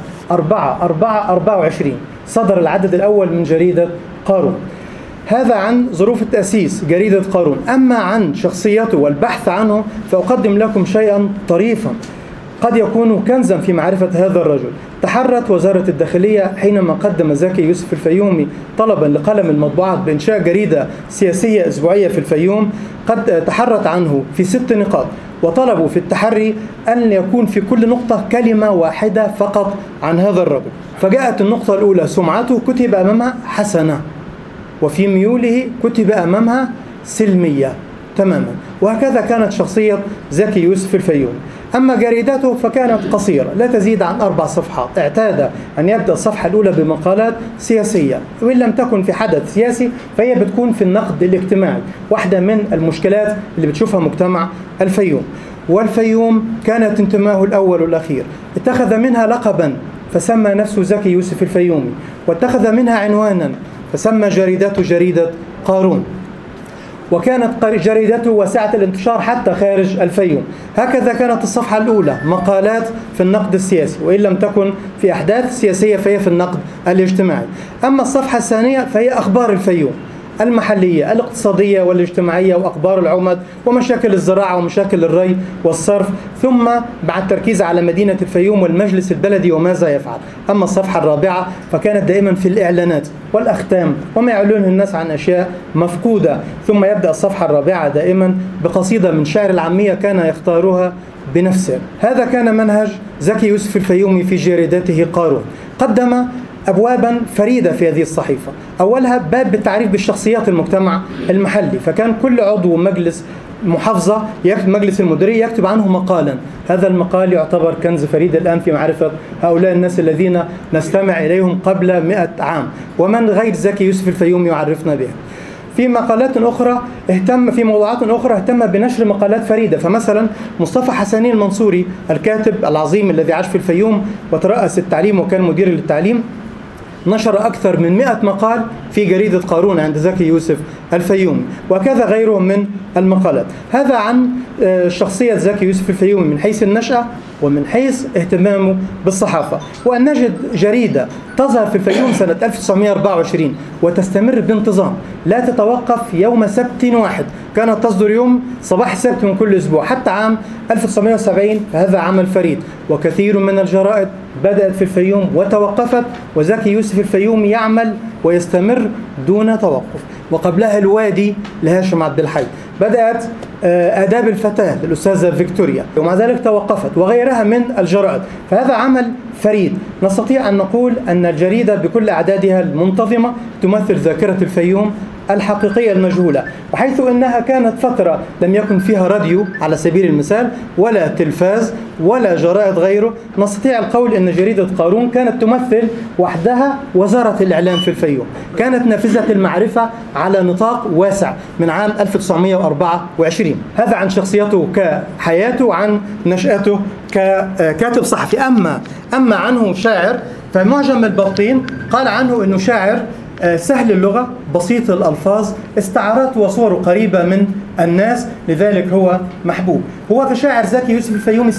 [SPEAKER 7] 4/4/24 صدر العدد الأول من جريدة قارون. هذا عن ظروف التأسيس جريدة قارون. أما عن شخصيته والبحث عنه فأقدم لكم شيئا طريفا قد يكون كنزا في معرفة هذا الرجل. تحرت وزارة الداخلية حينما قدم زكي يوسف الفيومي طلبا لقلم المطبوعات بإنشاء جريدة سياسية أسبوعية في الفيوم، قد تحرت عنه في 6 نقاط، وطلبوا في التحري أن يكون في كل نقطة كلمة واحدة فقط عن هذا الرجل. فجاءت النقطة الأولى: سمعته كتب أمامها حسنة، وفي ميوله كتب أمامها سلمية تماما. وهكذا كانت شخصية زكي يوسف الفيومي. أما جريدته فكانت قصيرة لا تزيد عن 4 صفحات. اعتاد أن يبدأ الصفحة الأولى بمقالات سياسية، وإن لم تكن في حدث سياسي فهي بتكون في النقد الاجتماعي، واحدة من المشكلات اللي بتشوفها مجتمع الفيوم. والفيوم كانت انتمائه الأول والأخير. اتخذ منها لقبا فسمى نفسه زكي يوسف الفيومي، واتخذ منها عنوانا فسمى جريدته جريدة قارون. وكانت جريدته واسعة الانتشار حتى خارج الفيوم. هكذا كانت الصفحة الأولى مقالات في النقد السياسي، وإن لم تكن في أحداث سياسية فهي في النقد الاجتماعي. أما الصفحة الثانية فهي أخبار الفيوم المحلية الاقتصادية والاجتماعية وأخبار العمد ومشاكل الزراعة ومشاكل الري والصرف، ثم بعد تركيز على مدينة الفيوم والمجلس البلدي وماذا يفعل. أما الصفحة الرابعة فكانت دائما في الإعلانات والأختام وما يعلنه الناس عن أشياء مفقودة. ثم يبدأ الصفحة الرابعة دائما بقصيدة من شعر العامية كان يختارها بنفسه. هذا كان منهج زكي يوسف الفيومي في جريدته قارون. قدم أبوابا فريدة في هذه الصحيفة. أولها باب بالتعريف بالشخصيات المجتمع المحلي، فكان كل عضو مجلس محافظة مجلس المديرية يكتب عنه مقالا. هذا المقال يعتبر كنز فريد الآن في معرفة هؤلاء الناس الذين نستمع إليهم قبل 100 عام، ومن غير زكي يوسف الفيومي يعرفنا بها. في مقالات أخرى في موضوعات أخرى اهتم بنشر مقالات فريدة. فمثلا مصطفى حسنين المنصوري الكاتب العظيم الذي عاش في الفيوم وترأس التعليم وكان مدير للتعليم، نشر أكثر من 100 مقال في جريدة قارون عند زكي يوسف الفيومي، وكذا غيره من المقالات. هذا عن شخصية زكي يوسف الفيومي من حيث النشأة ومن حيث اهتمامه بالصحافة. وأن نجد جريدة تظهر في الفيوم سنة 1924 وتستمر بانتظام لا تتوقف يوم سبت واحد، كانت تصدر يوم صباح السبت من كل أسبوع حتى عام 1970، فهذا عمل فريد. وكثير من الجرائد بدأت في الفيوم وتوقفت، وزكي يوسف الفيومي يعمل ويستمر دون توقف. وقبلها الوادي لهاشم عبد الحي، بدأت آداب الفتاة للأستاذة فيكتوريا ومع ذلك توقفت، وغيرها من الجرائد. فهذا عمل فريد. نستطيع أن نقول أن الجريدة بكل أعدادها المنتظمة تمثل ذاكرة الفيوم الحقيقية المجهولة، وحيث أنها كانت فترة لم يكن فيها راديو على سبيل المثال ولا تلفاز ولا جرائد غيره، نستطيع القول أن جريدة قارون كانت تمثل وحدها وزارة الإعلام في الفيوم، كانت نافذة المعرفة على نطاق واسع من عام 1924. هذا عن شخصيته كحياته وعن نشأته ككاتب صحفي. أما عنه شاعر، فمعجم البطين قال عنه أنه شاعر سهل اللغة بسيط الألفاظ، استعارات وصوره قريبة من الناس، لذلك هو محبوب. هو كشاعر زكي يوسف الفيومي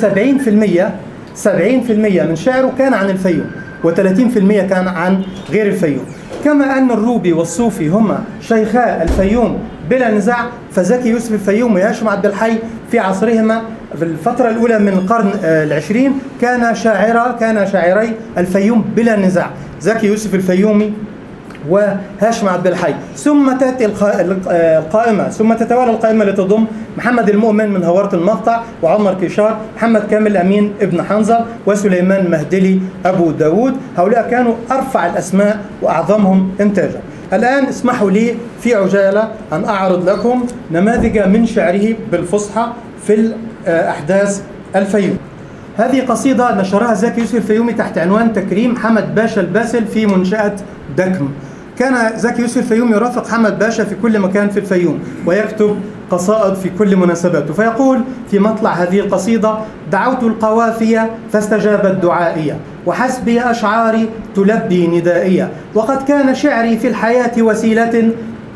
[SPEAKER 7] 70% من شعره كان عن الفيوم و30% كان عن غير الفيوم. كما أن الروبي والصوفي هما شيخا الفيوم بلا نزاع، فزكي يوسف الفيومي وهاشم عبد الحي في عصرهما في الفترة الأولى من القرن العشرين كان شاعري الفيوم بلا نزاع، زكي يوسف الفيومي وهاشم عبد الحي. ثم تأتي القائمة، ثم تتوالى القائمة لتضم محمد المؤمن من هوارة المقطع، وعمر كيشار، محمد كامل أمين ابن حنظل، وسليمان مهدلي أبو داود. هؤلاء كانوا أرفع الأسماء وأعظمهم إنتاجا. الآن اسمحوا لي في عجالة أن أعرض لكم نماذج من شعره بالفصحى في أحداث الفيوم. هذه قصيدة نشرها زكي يوسف الفيومي تحت عنوان تكريم حمد باشا الباسل في منشأة دكم. كان زكي يوسف الفيومي يرافق حمد باشا في كل مكان في الفيوم ويكتب قصائد في كل مناسباته، فيقول في مطلع هذه القصيدة: دعوت القوافي فاستجابت دعائي، وحسبي أشعاري تلبي ندائي، وقد كان شعري في الحياة وسيلة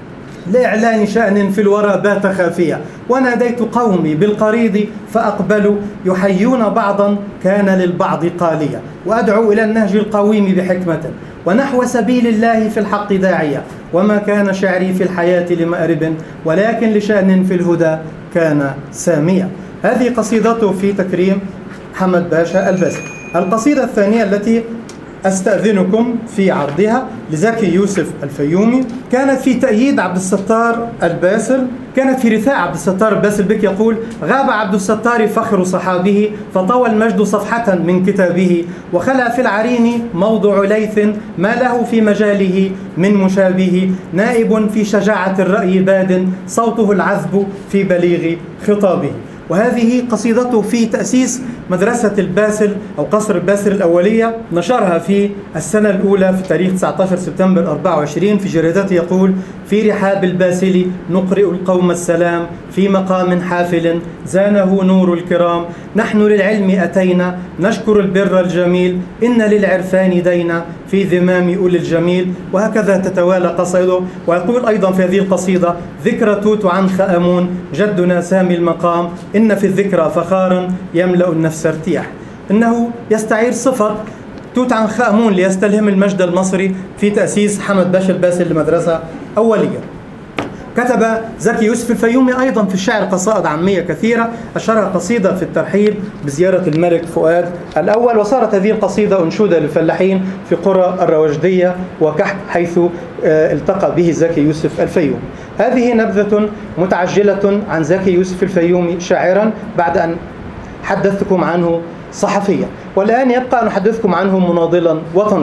[SPEAKER 7] لإعلان شأن في الورى بات خافية، وناديت قومي بالقريض فأقبلوا يحيون بعضا كان للبعض قاليا، وأدعو إلى النهج القويم بحكمة ونحو سبيل الله في الحق داعية، وما كان شعري في الحياة لمأرب ولكن لشأن في الهدى كان ساميا. هذه قصيدته في تكريم حمد باشا الباسل. القصيدة الثانية التي أستأذنكم في عرضها لزكي يوسف الفيومي كانت في تأييد عبد الستار الباسل، كانت في رثاء عبد الستار الباسل بك يقول: غاب عبد الستار فخر صحابه، فطوى المجد صفحة من كتابه، وخلى في العرين موضع ليث ما له في مجاله من مشابه، نائب في شجاعة الرأي باد صوته العذب في بليغ خطابه. وهذه قصيدته في تأسيس مدرسة الباسل أو قصر الباسل الأولية، نشرها في السنة الأولى في تاريخ 19 سبتمبر 24 في جريدته. يقول: في رحاب الباسل نقرئ القوم السلام، في مقام حافل زانه نور الكرام، نحن للعلم أتينا نشكر البر الجميل، إن للعرفان دينا في ذمام أولي الجميل. وهكذا تتوالى قصيده. ويقول أيضا في هذه القصيدة: ذكرى توت عنخ آمون جدنا سامي المقام، إن في الذكرى فخارا يملأ النفس ارتياح. إنه يستعير صفة توت عنخ آمون ليستلهم المجد المصري في تأسيس حمد باشا الباسل لمدرسة أولية. كتب زكي يوسف الفيومي أيضا في الشعر قصائد عامية كثيرة، أشهرها قصيدة في الترحيب بزيارة الملك فؤاد الأول، وصارت هذه القصيدة أنشودة للفلاحين في قرى الروجدية وكحك حيث التقى به زكي يوسف الفيومي. هذه نبذة متعجلة عن زكي يوسف الفيومي شاعرا بعد أن حدثتكم عنه صحفيا، والآن يبقى أن أحدثكم عنه مناضلا وطنيا.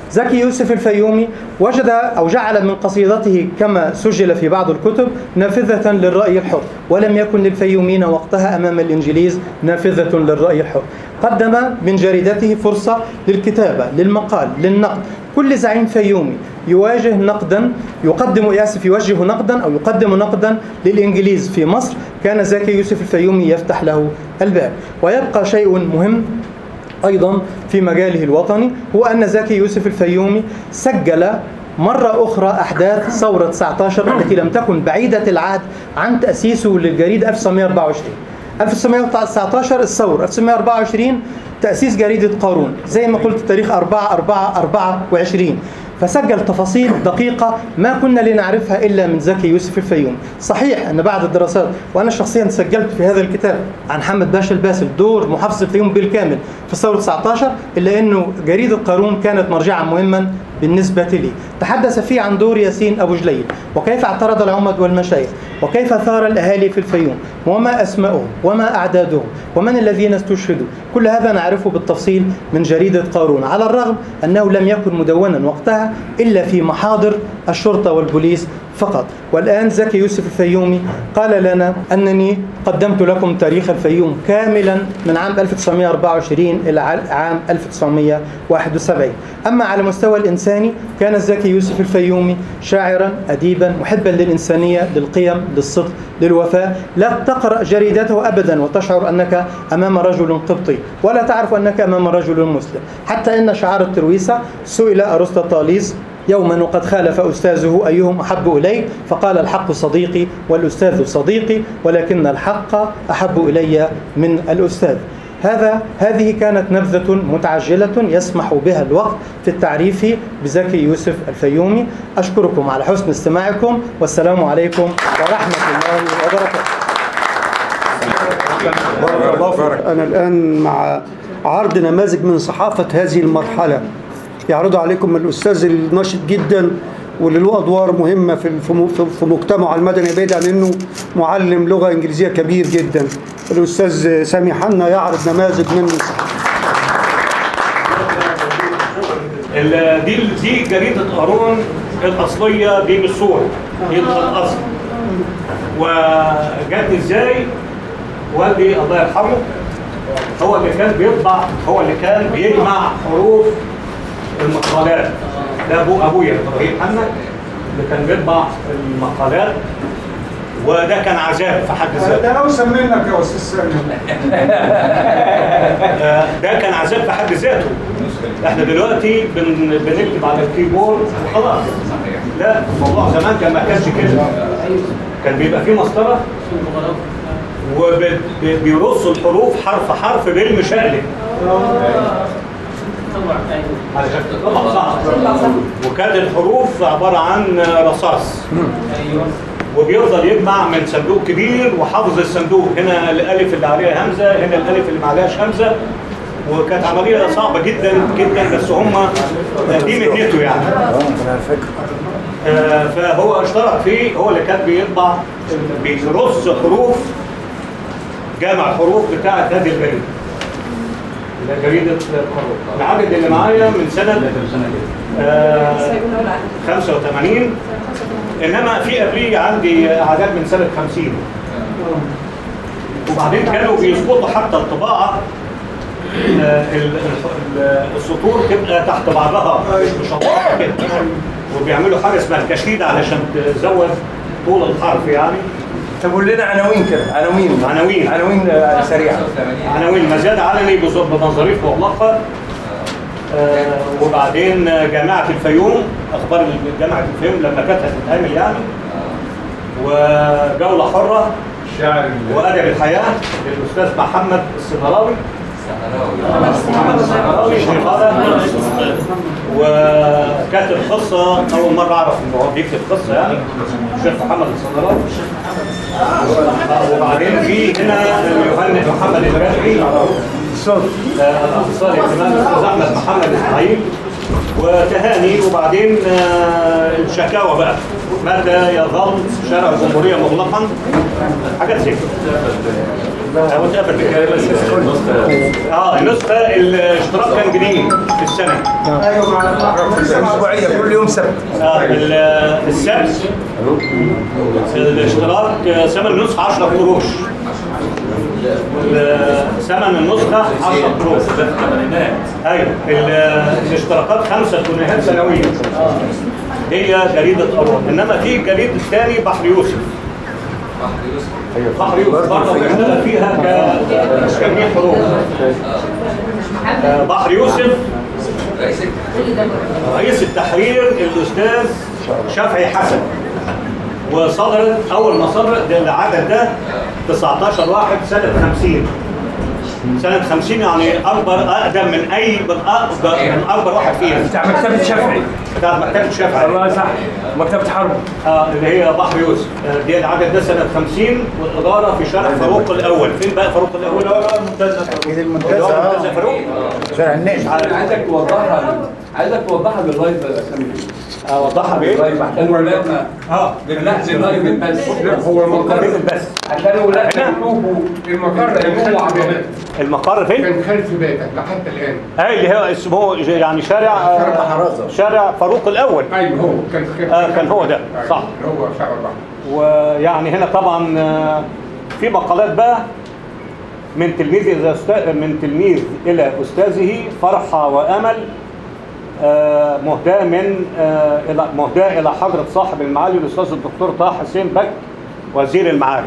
[SPEAKER 7] زكي يوسف الفيومي وجد أو جعل من قصيدته كما سجل في بعض الكتب نافذة للرأي الحر، ولم يكن للفيوميين وقتها أمام الإنجليز نافذة للرأي الحر. قدم من جريدته فرصة للكتابة، للمقال، للنقد. كل زعيم فيومي يواجه نقدا يوجه نقدا أو يقدم نقدا للإنجليز في مصر، كان زكي يوسف الفيومي يفتح له الباب. ويبقى شيء مهم أيضا في مجاله الوطني، هو أن زكي يوسف الفيومي سجل مرة أخرى أحداث ثورة 19 التي لم تكن بعيدة العهد عن تأسيسه للجريدة 1924. 1919 الثورة، 1924 تأسيس جريدة قارون، زي ما قلت تاريخ 4/4/24. فسجل تفاصيل دقيقة ما كنا لنعرفها إلا من زكي يوسف الفيومي. صحيح أن بعض الدراسات، وأنا شخصيا سجلت في هذا الكتاب عن حمد باشا الباسل دور محافظ الفيوم بالكامل في ثورة 19، إلا أنه جريدة قارون كانت مرجعا مهما بالنسبة لي. تحدث فيه عن دور ياسين أبو جليل، وكيف اعترض العمد والمشايخ، وكيف ثار الأهالي في الفيوم، وما أسماؤهم، وما أعدادهم، ومن الذين استشهدوا. كل هذا نعرفه بالتفصيل من جريدة قارون، على الرغم أنه لم يكن مدونا وقتها إلا في محاضر الشرطة والبوليس فقط. والآن زكي يوسف الفيومي قال لنا أنني قدمت لكم تاريخ الفيوم كاملا من عام 1924 إلى عام 1971. أما على مستوى الإنساني كان زكي يوسف الفيومي شاعرا أديبا محبا للإنسانية، للقيم، للصدق، للوفاء. لا تقرأ جريدته أبدا وتشعر أنك أمام رجل قبطي، ولا تعرف أنك أمام رجل مسلم. حتى إن شعار الترويسة سئل أرسطاطاليس يوما وقد خالف أستاذه أيهم أحب إلي، فقال الحق صديقي والأستاذ صديقي، ولكن الحق أحب إلي من الأستاذ. هذه كانت نبذة متعجلة يسمح بها الوقت في التعريف بزكي يوسف الفيومي. أشكركم على حسن استماعكم، والسلام عليكم ورحمة الله وبركاته.
[SPEAKER 4] أنا الآن مع عرض نماذج من صحافة هذه المرحلة يعرض عليكم الأستاذ الناشط جدا واللي له أدوار مهمة في مجتمعه المدني، بعيد عن أنه معلم لغة إنجليزية كبير جدا. الأستاذ سامي حنا يعرض نماذج من
[SPEAKER 8] دي جريدة قارون الأصلية، دي بالصورة، دي الأصل. وجاتني إزاي؟ والدي الله يرحمه هو اللي كان بيطبع، هو اللي كان بيجمع حروف المقالات. ده أبويا إبراهيم حنا اللي كان بيطبع المقالات، وده كان عذاب في حد ذاته.
[SPEAKER 4] ده أوسم منك يا أستاذ سامي.
[SPEAKER 8] ده كان عذاب في حد ذاته. احنا دلوقتي بنكتب على الكيبورد خلاص. لا، الموضوع زمان كان ما كانش كده. كان بيبقى فيه مسطرة وبيرصوا الحروف حرف حرف بالمشقلب علشان تطلع صح. وكانت الحروف عبارة عن رصاص، وبيفضل يجمع من صندوق كبير وحافظ الصندوق. هنا الألف اللي عليها همزة، هنا الألف اللي ما عليهاش همزة. وكانت عملية صعبة جدا جدا، بس هم دي مهنته يعني. فهو اشترك فيه، هو اللي كان بيطبع بيرص حروف، جامع الحروف بتاعة هذه الجريدة. جريدة قارون. العدد اللي معايا من سنة 85، إنما في قبليه عندي أعداد من سنة 50. وبعدين كانوا بيظبطوا حتى الطباعة، السطور تبقى تحت بعضها مش مشوقة كده، وبيعملوا حاجة اسمها الكشيدة علشان تزود طول الحرف يعني.
[SPEAKER 9] طب قول لنا عناوين كده، عناوين سريعه.
[SPEAKER 8] عناوين: مزاد علني بمظاريف مغلقه، وبعدين جامعه الفيوم، اخبار جامعه الفيوم لما كانت هتتعمل يعني، وجوله حره، وادب الحياه للاستاذ محمد الصنراوي، وكاتب قصه اول مره اعرف انه هو بيكتب قصه يعني، الشيخ محمد الصنراوي. وبعدين في هنا المهندس محمد الرافعي، الاخصائي الاجتماعي الاستاذ احمد محمد اسماعيل، وتهاني. وبعدين الشكاوى بقى، متى يظل شارع الجمهوريه مغلقا، حاجات زي كده. النسخه الاشتراك كان جنيه في السنه.
[SPEAKER 9] ايوه مع الاسبوعيه كل يوم سبت.
[SPEAKER 8] السبت الاشتراك ثمن النسخه 10 قروش. ثمن النسخه 10 قروش. ايوه الاشتراكات 5 جنيهات سنويا. هي جريده اروى، انما في جريده الثاني بحر يوسف. بحر يوسف برضه بيشتغل فيها كمية حروف. بحر يوسف رئيس التحرير الاستاذ شافعي حسن، وصدرت اول ما صدرت العدد ده 19 واحد سنه 50. سنة 50 يعني أقدم من أكبر واحد فيها.
[SPEAKER 9] بتاع مكتبة شافعي.
[SPEAKER 8] بتاع مكتبة شافعي.
[SPEAKER 9] والله صح. مكتبة حرب.
[SPEAKER 8] اللي هي بحر يوسف. دي العدد ده سنة 50 والإدارة في شارع فاروق الأول. فين بقى فاروق الأول؟
[SPEAKER 10] أكيد المنتزه.
[SPEAKER 8] منتزه فاروق.
[SPEAKER 10] شارع النيل.
[SPEAKER 3] عايزك توضحها باللايف يا سامي.
[SPEAKER 8] اوضحها بايه؟
[SPEAKER 3] الولاد باللحظه اللايف بس.
[SPEAKER 8] هو المقر بس
[SPEAKER 3] عشان الولاد يشوفوا
[SPEAKER 8] المقر فين؟
[SPEAKER 11] كان خلف بيتك لحتى الان.
[SPEAKER 8] اللي هو اسمه يعني شارع فاروق الاول.
[SPEAKER 11] ايوه هو كان
[SPEAKER 8] كان هو ده صح.
[SPEAKER 11] هو شارع البحر.
[SPEAKER 8] ويعني هنا طبعا في مقالات بقى من تلميذ الى استاذه، فرحه وامل مهداة إلى حضرة صاحب المعالي الأستاذ الدكتور طه حسين بك وزير المعارف.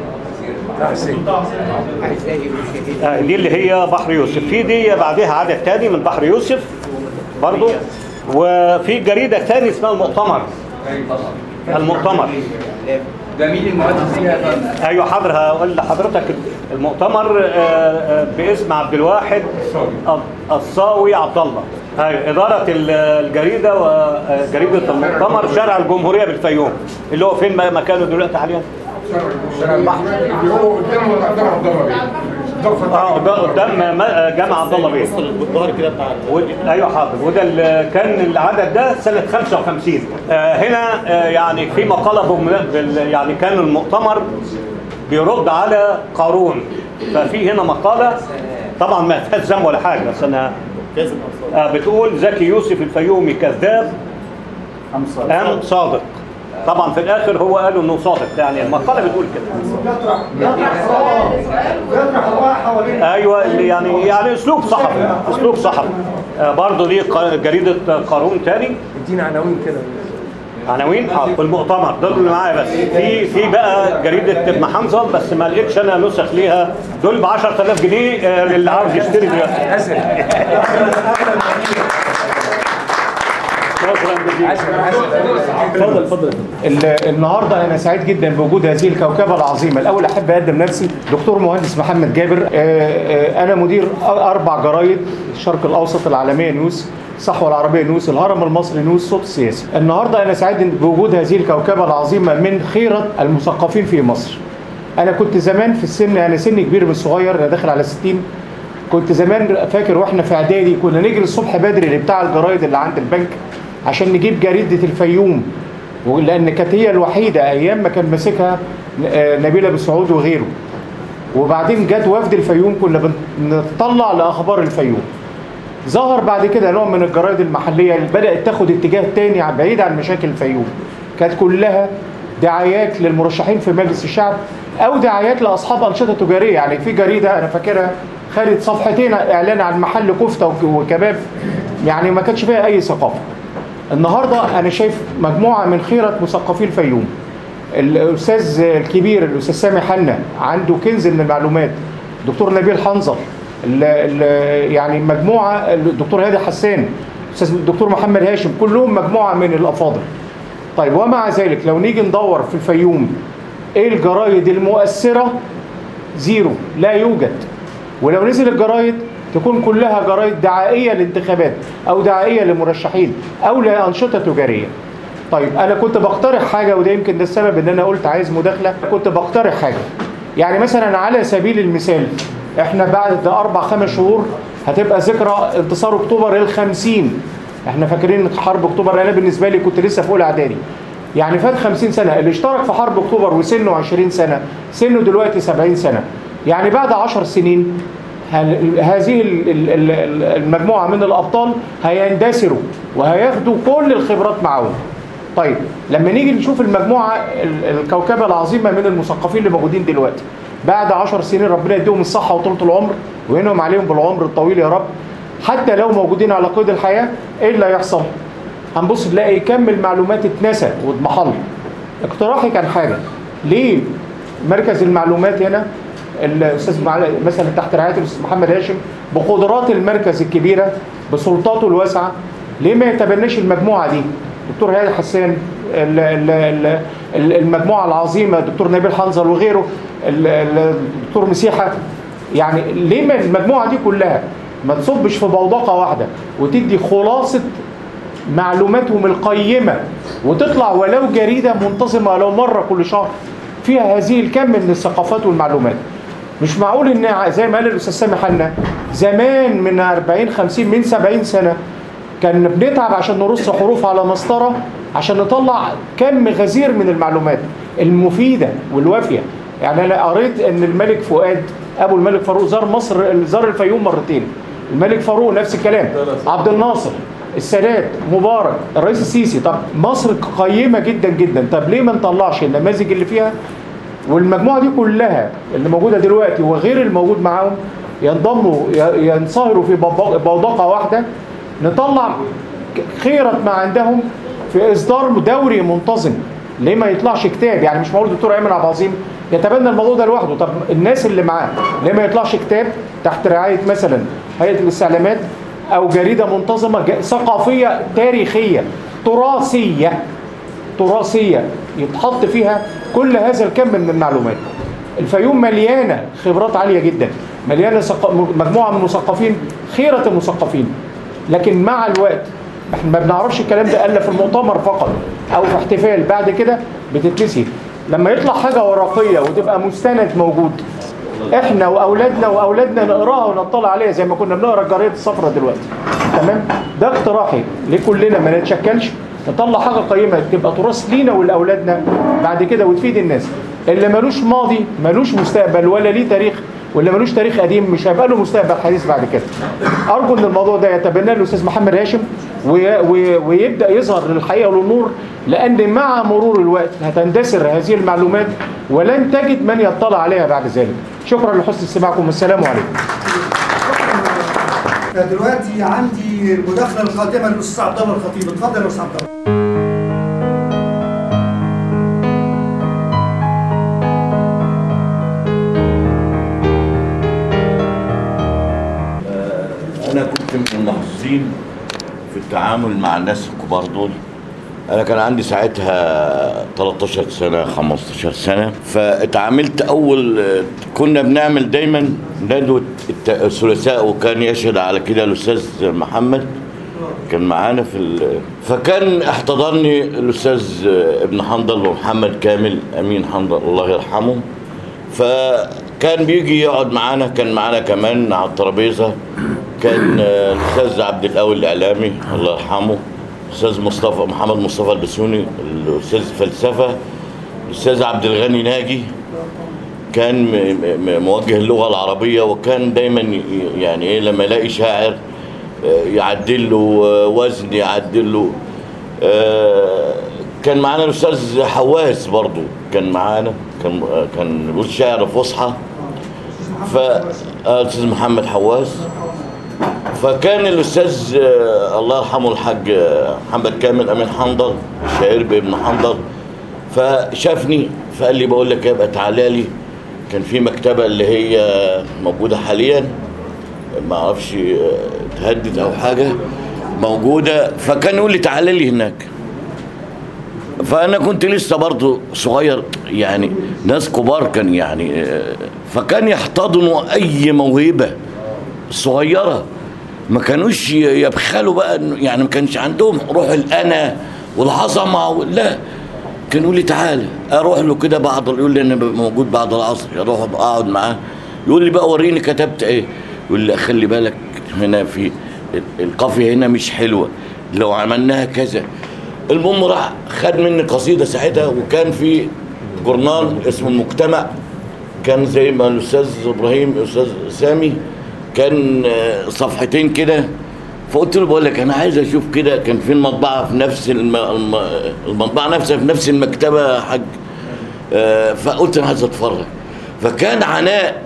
[SPEAKER 8] دي اللي هي بحر يوسف. في دي بعدها عدد تاني من بحر يوسف برضو. وفي جريدة تاني اسمها المؤتمر.
[SPEAKER 3] ده مين المؤسس فيها؟
[SPEAKER 8] ايوه حاضر هقول لحضرتك. المؤتمر باسم عبد الواحد الصاوي عبد الله. إدارة الجريدة وجريدة المؤتمر شارع الجمهورية بالفيوم، اللي هو فين مكانه دلوقتي حاليا؟
[SPEAKER 11] شارع البحر اللي هو قدام عبد الله بيه.
[SPEAKER 8] قدام جامع عبد الله بيه. الظهر كده بتاع ايوه حاضر. وده كان العدد ده سنة 55. هنا يعني في مقالة يعني كان المؤتمر بيرد على قارون، ففي هنا مقالة طبعا ما فيهاش ذم ولا حاجة، بس انا بتقول زكي يوسف الفيومي كذاب أم صادق. طبعا في الاخر هو قالوا انه صادق، يعني المقاله بتقول كده. ايوه يعني اسلوب صحفي. برضه دي جريده قارون تاني.
[SPEAKER 9] ادينا عناوين كده.
[SPEAKER 8] عناوين في المؤتمر دول اللي معايا. بس في بقى جريده ابن حنظل، بس ما لقيتش انا نسخ ليها. دول ب 10000 جنيه اللي عاوز يشتري دلوقتي.
[SPEAKER 10] اتفضل. النهارده انا سعيد جدا بوجود هذه الكوكبه العظيمه. الاول احب اقدم نفسي دكتور مهندس محمد جابر. انا مدير 4 جرايد: الشرق الاوسط، العالميه نيوز، الصحوه العربيه نيوز، الهرم المصري نيوز، صوت السياسي. النهارده انا سعيد بوجود هذه الكوكبه العظيمه من خيره المثقفين في مصر. انا كنت زمان في السن، انا سني كبير مش صغير، انا داخل على 60. كنت زمان فاكر واحنا في اعدادي كنا نجري الصبح بدري لبتاع الجرايد اللي عند البنك عشان نجيب جريدة الفيوم، لأن كانت هي الوحيدة أيام ما كان ماسكها نبيلة بسعود وغيره. وبعدين جت وفد الفيوم، كنا بنطلع لأخبار الفيوم. ظهر بعد كده نوع من الجرايد المحلية اللي بدأت تاخد اتجاه تاني بعيد عن مشاكل الفيوم، كانت كلها دعايات للمرشحين في مجلس الشعب أو دعايات لأصحاب أنشطة تجارية. يعني في جريدة أنا فاكرها خدت صفحتين إعلان عن محل كفتة وكباب، يعني ما كانش فيها أي ثقافة. النهارده انا شايف مجموعه من خيره مثقفي الفيوم. الاستاذ الكبير الاستاذ سامي حنا عنده كنز من المعلومات، الدكتور نبيل حنظل، يعني مجموعه، الدكتور هادي حسان، الاستاذ الدكتور محمد هاشم، كلهم مجموعه من الافاضل. طيب ومع ذلك لو نيجي ندور في الفيوم ايه الجرايد المؤثره؟ زيرو، لا يوجد. ولو نزل الجرايد تكون كلها جرايد دعائية للانتخابات أو دعائية لمرشحين أو لأنشطة تجارية. طيب أنا كنت بقترح حاجة، وده يمكن ده السبب إن أنا قلت عايز مداخلة. كنت بقترح حاجة، يعني مثلا على سبيل المثال إحنا بعد 4-5 شهور هتبقى ذكرى انتصار أكتوبر ال50. إحنا فاكرين حرب أكتوبر، أنا بالنسبة لي كنت لسه في أولى إعدادي، يعني فات 50 سنة. اللي اشترك في حرب أكتوبر وسنه 20 سنة، سنه دلوقتي 70 سنة. يعني بعد 10 سنين هذه المجموعة من الأبطال هيندثروا وهياخدوا كل الخبرات معاهم. طيب لما نيجي نشوف المجموعة الكوكبة العظيمة من المثقفين اللي موجودين دلوقتي بعد 10 سنين، ربنا يديهم الصحة وطولة العمر وينهم عليهم بالعمر الطويل يا رب، حتى لو موجودين على قيد الحياة، ايه اللي هيحصل؟ هنبص نلاقي كم المعلومات اتنسى واضمحل. اقتراحي كان حاجة، ليه مركز المعلومات هنا الاستاذ مثلا تحت رعايه الاستاذ محمد هاشم بقدرات المركز الكبيره بسلطاته الواسعه، ليه ما يتبناش المجموعه دي؟ دكتور هادي حسان، المجموعه العظيمه الدكتور نبيل حنظل وغيره، الدكتور مسيحه، يعني ليه ما المجموعه دي كلها ما تصبش في بوضقه واحده وتدي خلاصه معلوماتهم القيمه وتطلع ولو جريده منتظمه ولو مره كل شهر فيها هذه الكم من الثقافات والمعلومات. مش معقول ان زي ما قال الاستاذ سامي حنا زمان من 40 50 من 70 سنه كان بنتعب عشان نرص حروف على مسطره عشان نطلع كم غزير من المعلومات المفيده والوافيه. يعني انا قريت ان الملك فؤاد ابو الملك فاروق زار مصر، زار الفيوم مرتين. الملك فاروق نفس الكلام، عبد الناصر، السادات، مبارك، الرئيس السيسي. طب مصر قيمه جدا جدا، طب ليه ما نطلعش النماذج اللي فيها والمجموعه دي كلها اللي موجوده دلوقتي وغير الموجود معاهم ينضموا ينصهروا في بوضقه واحده، نطلع خيرة ما عندهم في اصدار دوري منتظم. ليه ما يطلعش كتاب؟ يعني مش معقول الدكتور ايمن عبد العظيم يتبنى الموضوع ده لوحده، طب الناس اللي معاه ليه ما يطلعش كتاب تحت رعايه مثلا هيئه الاستعلامات او جريده منتظمه ثقافيه تاريخيه تراثيه يتحط فيها كل هذا الكم من المعلومات. الفيوم مليانه خبرات عاليه جدا، مليانه مجموعه من المثقفين، خيره المثقفين، لكن مع الوقت احنا ما بنعرفش الكلام ده الا في المؤتمر فقط او في احتفال، بعد كده بتتنسي. لما يطلع حاجه ورقيه وتبقى مستند موجود احنا واولادنا نقراها ونطلع عليها زي ما كنا بنقرا الجرايد الصفراء دلوقتي. تمام؟ ده اقتراحي لكلنا، ما نتشكلش، نطلع حاجه قيمه تبقى تراث لينا ولاولادنا بعد كده وتفيد الناس. اللي ملوش ماضي ملوش مستقبل ولا ليه تاريخ، واللي ملوش تاريخ قديم مش هيبقى له مستقبل حديث بعد كده. ارجو ان الموضوع ده يتبناه الاستاذ محمد هاشم ويبدا يظهر للحقيقه وللنور، لان مع مرور الوقت هتندثر هذه المعلومات ولن تجد من يطلع عليها بعد ذلك. شكرا لحسن استماعكم والسلام عليكم.
[SPEAKER 12] دلوقتي عندي المداخله القادمه للاستاذ عبد الله الخطيب. اتفضل يا استاذ عبد الله.
[SPEAKER 13] أنا كنت من المحظوظين في التعامل مع الناس الكبار دول. أنا كان عندي ساعتها 13 سنة 15 سنة، فاتعاملت كنا بنعمل دايما ندوة الثلاثاء، وكان يشهد على كده الأستاذ محمد كان معانا فكان احتضنني الأستاذ ابن حنظل ومحمد كامل أمين حنظل الله يرحمه، فكان بيجي يقعد معانا. كان معانا كمان على الترابيزة كان الاستاذ عبد القوي الاعلامي الله يرحمه، الاستاذ محمد مصطفى البسوني الاستاذ فلسفه، الاستاذ عبد الغني ناجي كان موجه اللغه العربيه، وكان دايما يعني ايه لما يلاقي شاعر يعدل له وزن، يعدل له. كان معانا الاستاذ حواس برضو كان معانا، كان بيقول شعر فصحى، الاستاذ محمد حواس. فكان الاستاذ الله يرحمه الحاج محمد كامل امين حنظل الشهير بابن حنظل، فشافني فقال لي بقول لك يبقى تعالى لي. كان في مكتبه اللي هي موجوده حاليا ما اعرفش اتهدد او حاجه موجوده، فكان يقول لي تعالى لي هناك. فانا كنت لسه برضه صغير، يعني ناس كبار كان يعني، فكان يحتضنوا اي موهبه صغيره، ما كانوش يبخلوا بقى، يعني ما كانش عندهم روح الانا والعظمه لا، كان يقول لي تعالى. اروح له كده يقول لي انا موجود بعد العصر، اروح اقعد معاه يقول لي بقى وريني كتبت ايه، يقول لي خلي بالك هنا في القافيه هنا مش حلوه لو عملناها كذا. المهم راح خد مني قصيده ساعتها، وكان في جورنال اسمه المجتمع كان زي ما الاستاذ ابراهيم الاستاذ سامي كان صفحتين كده، فقلت له بقول لك انا عايز اشوف كده. كان في المطبعه في نفس المطبعه نفسها في نفس المكتبه يا حاج. فقلت انا عايز اتفرج. فكان عناء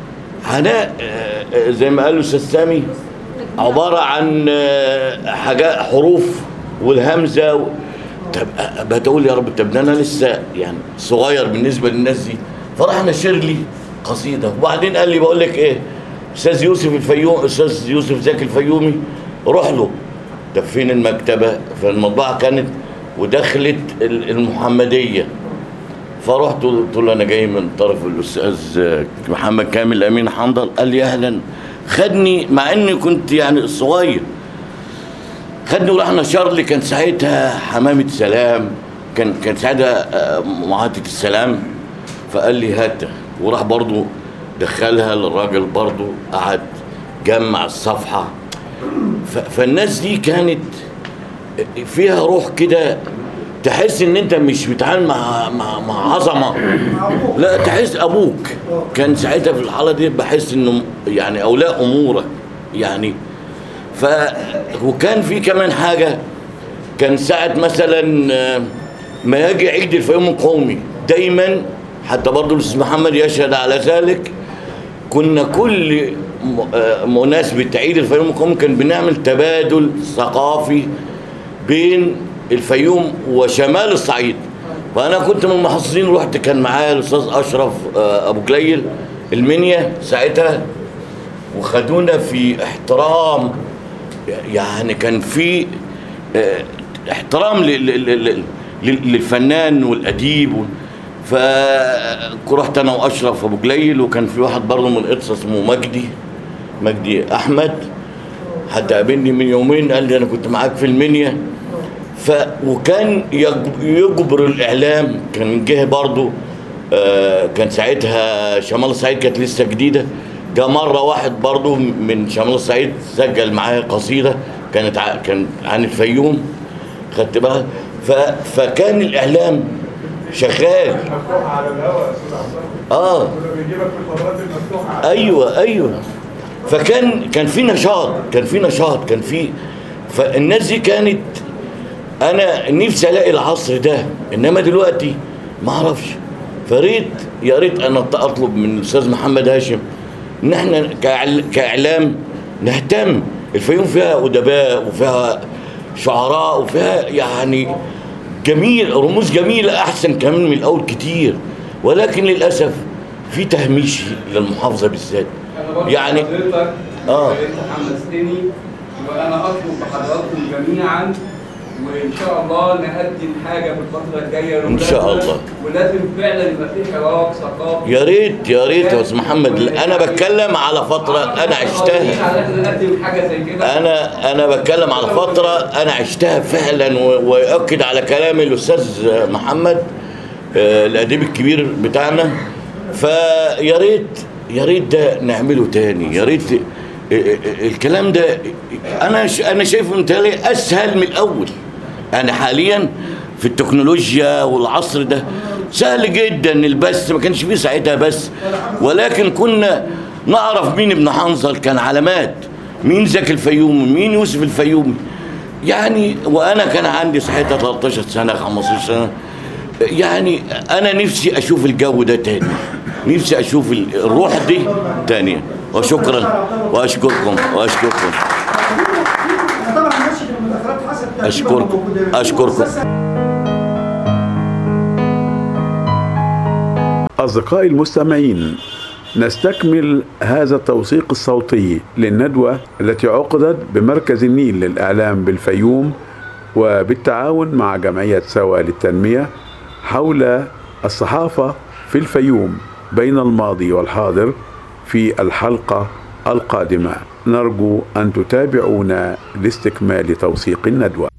[SPEAKER 13] زي ما قال الاستاذ سامي عباره عن حاجات حروف والهمزه طب بتقول يا رب طب انا لسه يعني صغير بالنسبه للناس دي. فراح نشر لي قصيده وبعدين قال لي بقول لك ايه استاذ يوسف الفيوم استاذ يوسف زكي الفيومي روح له. طب فين المكتبه؟ فالمطبعه كانت ودخلت المحمديه. فرحت قلت له انا جاي من طرف الاستاذ محمد كامل امين حنظل. قال لي اهلا. خدني مع اني كنت يعني صغير، خدني وراح نشر لي. كان ساعتها حمامه سلام، كان ساعتها معاهده السلام. فقال لي هات، وراح برضو دخلها للراجل برضو قعد جمع الصفحه. فالناس دي كانت فيها روح كده، تحس ان انت مش بتتعامل مع عظمه، لا تحس ابوك. كان ساعتها في الحاله دي بحس انه يعني اولياء امورك يعني. وكان في كمان حاجه، كان ساعه مثلا ما يجي عيد الفيوم القومي دايما، حتى برضه الاستاذ محمد يشهد على ذلك، كنا كل مناسبه عيد الفيوم القومي كان بنعمل تبادل ثقافي بين الفيوم وشمال الصعيد. فانا كنت من المحظوظين، رحت كان معايا الاستاذ اشرف ابو جليل المنيا ساعتها، وخدونا في احترام، يعني كان في احترام للفنان والاديب. فرحت انا واشرف ابو جليل، وكان في واحد برضه من قدس اسمه مجدي احمد، حتى قابلني من يومين قال لي انا كنت معاك في المنيا. وكان يجبر الاعلام، كان جه برضه كان ساعتها شمال الصعيد كانت لسه جديده، جاء مره واحد برضه من شمال الصعيد سجل معايا قصيده كان عن الفيوم، خدت بالك؟ فكان الاعلام شغال. ايوه فكان في نشاط، كان في فالناس دي كانت، انا نفسي الاقي العصر ده، انما دلوقتي ما اعرفش. يا ريت انا اطلب من الاستاذ محمد هاشم ان احنا كاعلام نهتم. الفيوم فيها ادباء وفيها شعراء وفيها يعني جميل، رموز جميله احسن كمان من الاول كتير، ولكن للاسف في تهميش للمحافظه بالذات. يعني
[SPEAKER 3] حضرتك انت حمستني، وانا اطلب بحضراتكم جميعا وان شاء الله نقدم حاجه في الفتره الجايه
[SPEAKER 13] ان شاء الله،
[SPEAKER 3] ولازم فعلا يبقى في حراك ثقافي.
[SPEAKER 13] يا ريت يا استاذ محمد. انا بتكلم على فتره انا عشتها،
[SPEAKER 3] نقدم حاجه زي كده.
[SPEAKER 13] انا بتكلم على فتره انا عشتها فعلا، ويؤكد على كلام الاستاذ محمد الاديب الكبير بتاعنا. فيا ريت ده نعمله تاني، يا ريت الكلام ده. انا شايفه متهيألي اسهل من الاول. يعني حاليا في التكنولوجيا والعصر ده سهل جدا البث، ما كانش فيه ساعتها بس، ولكن كنا نعرف مين ابن حنظل، كان علامات، مين زكي الفيومي، مين يوسف الفيومي يعني. وانا كان عندي ساعتها 13 سنه 15 سنه. يعني انا نفسي اشوف الجو ده تاني، نفسي اشوف الروح دي تانية. وشكرا واشكركم. اشكركم.
[SPEAKER 1] أصدقائي المستمعين، نستكمل هذا التوثيق الصوتي للندوة التي عقدت بمركز النيل للإعلام بالفيوم وبالتعاون مع جمعية سوا للتنمية حول الصحافة في الفيوم بين الماضي والحاضر. في الحلقة القادمة نرجو أن تتابعونا لاستكمال توثيق الندوة.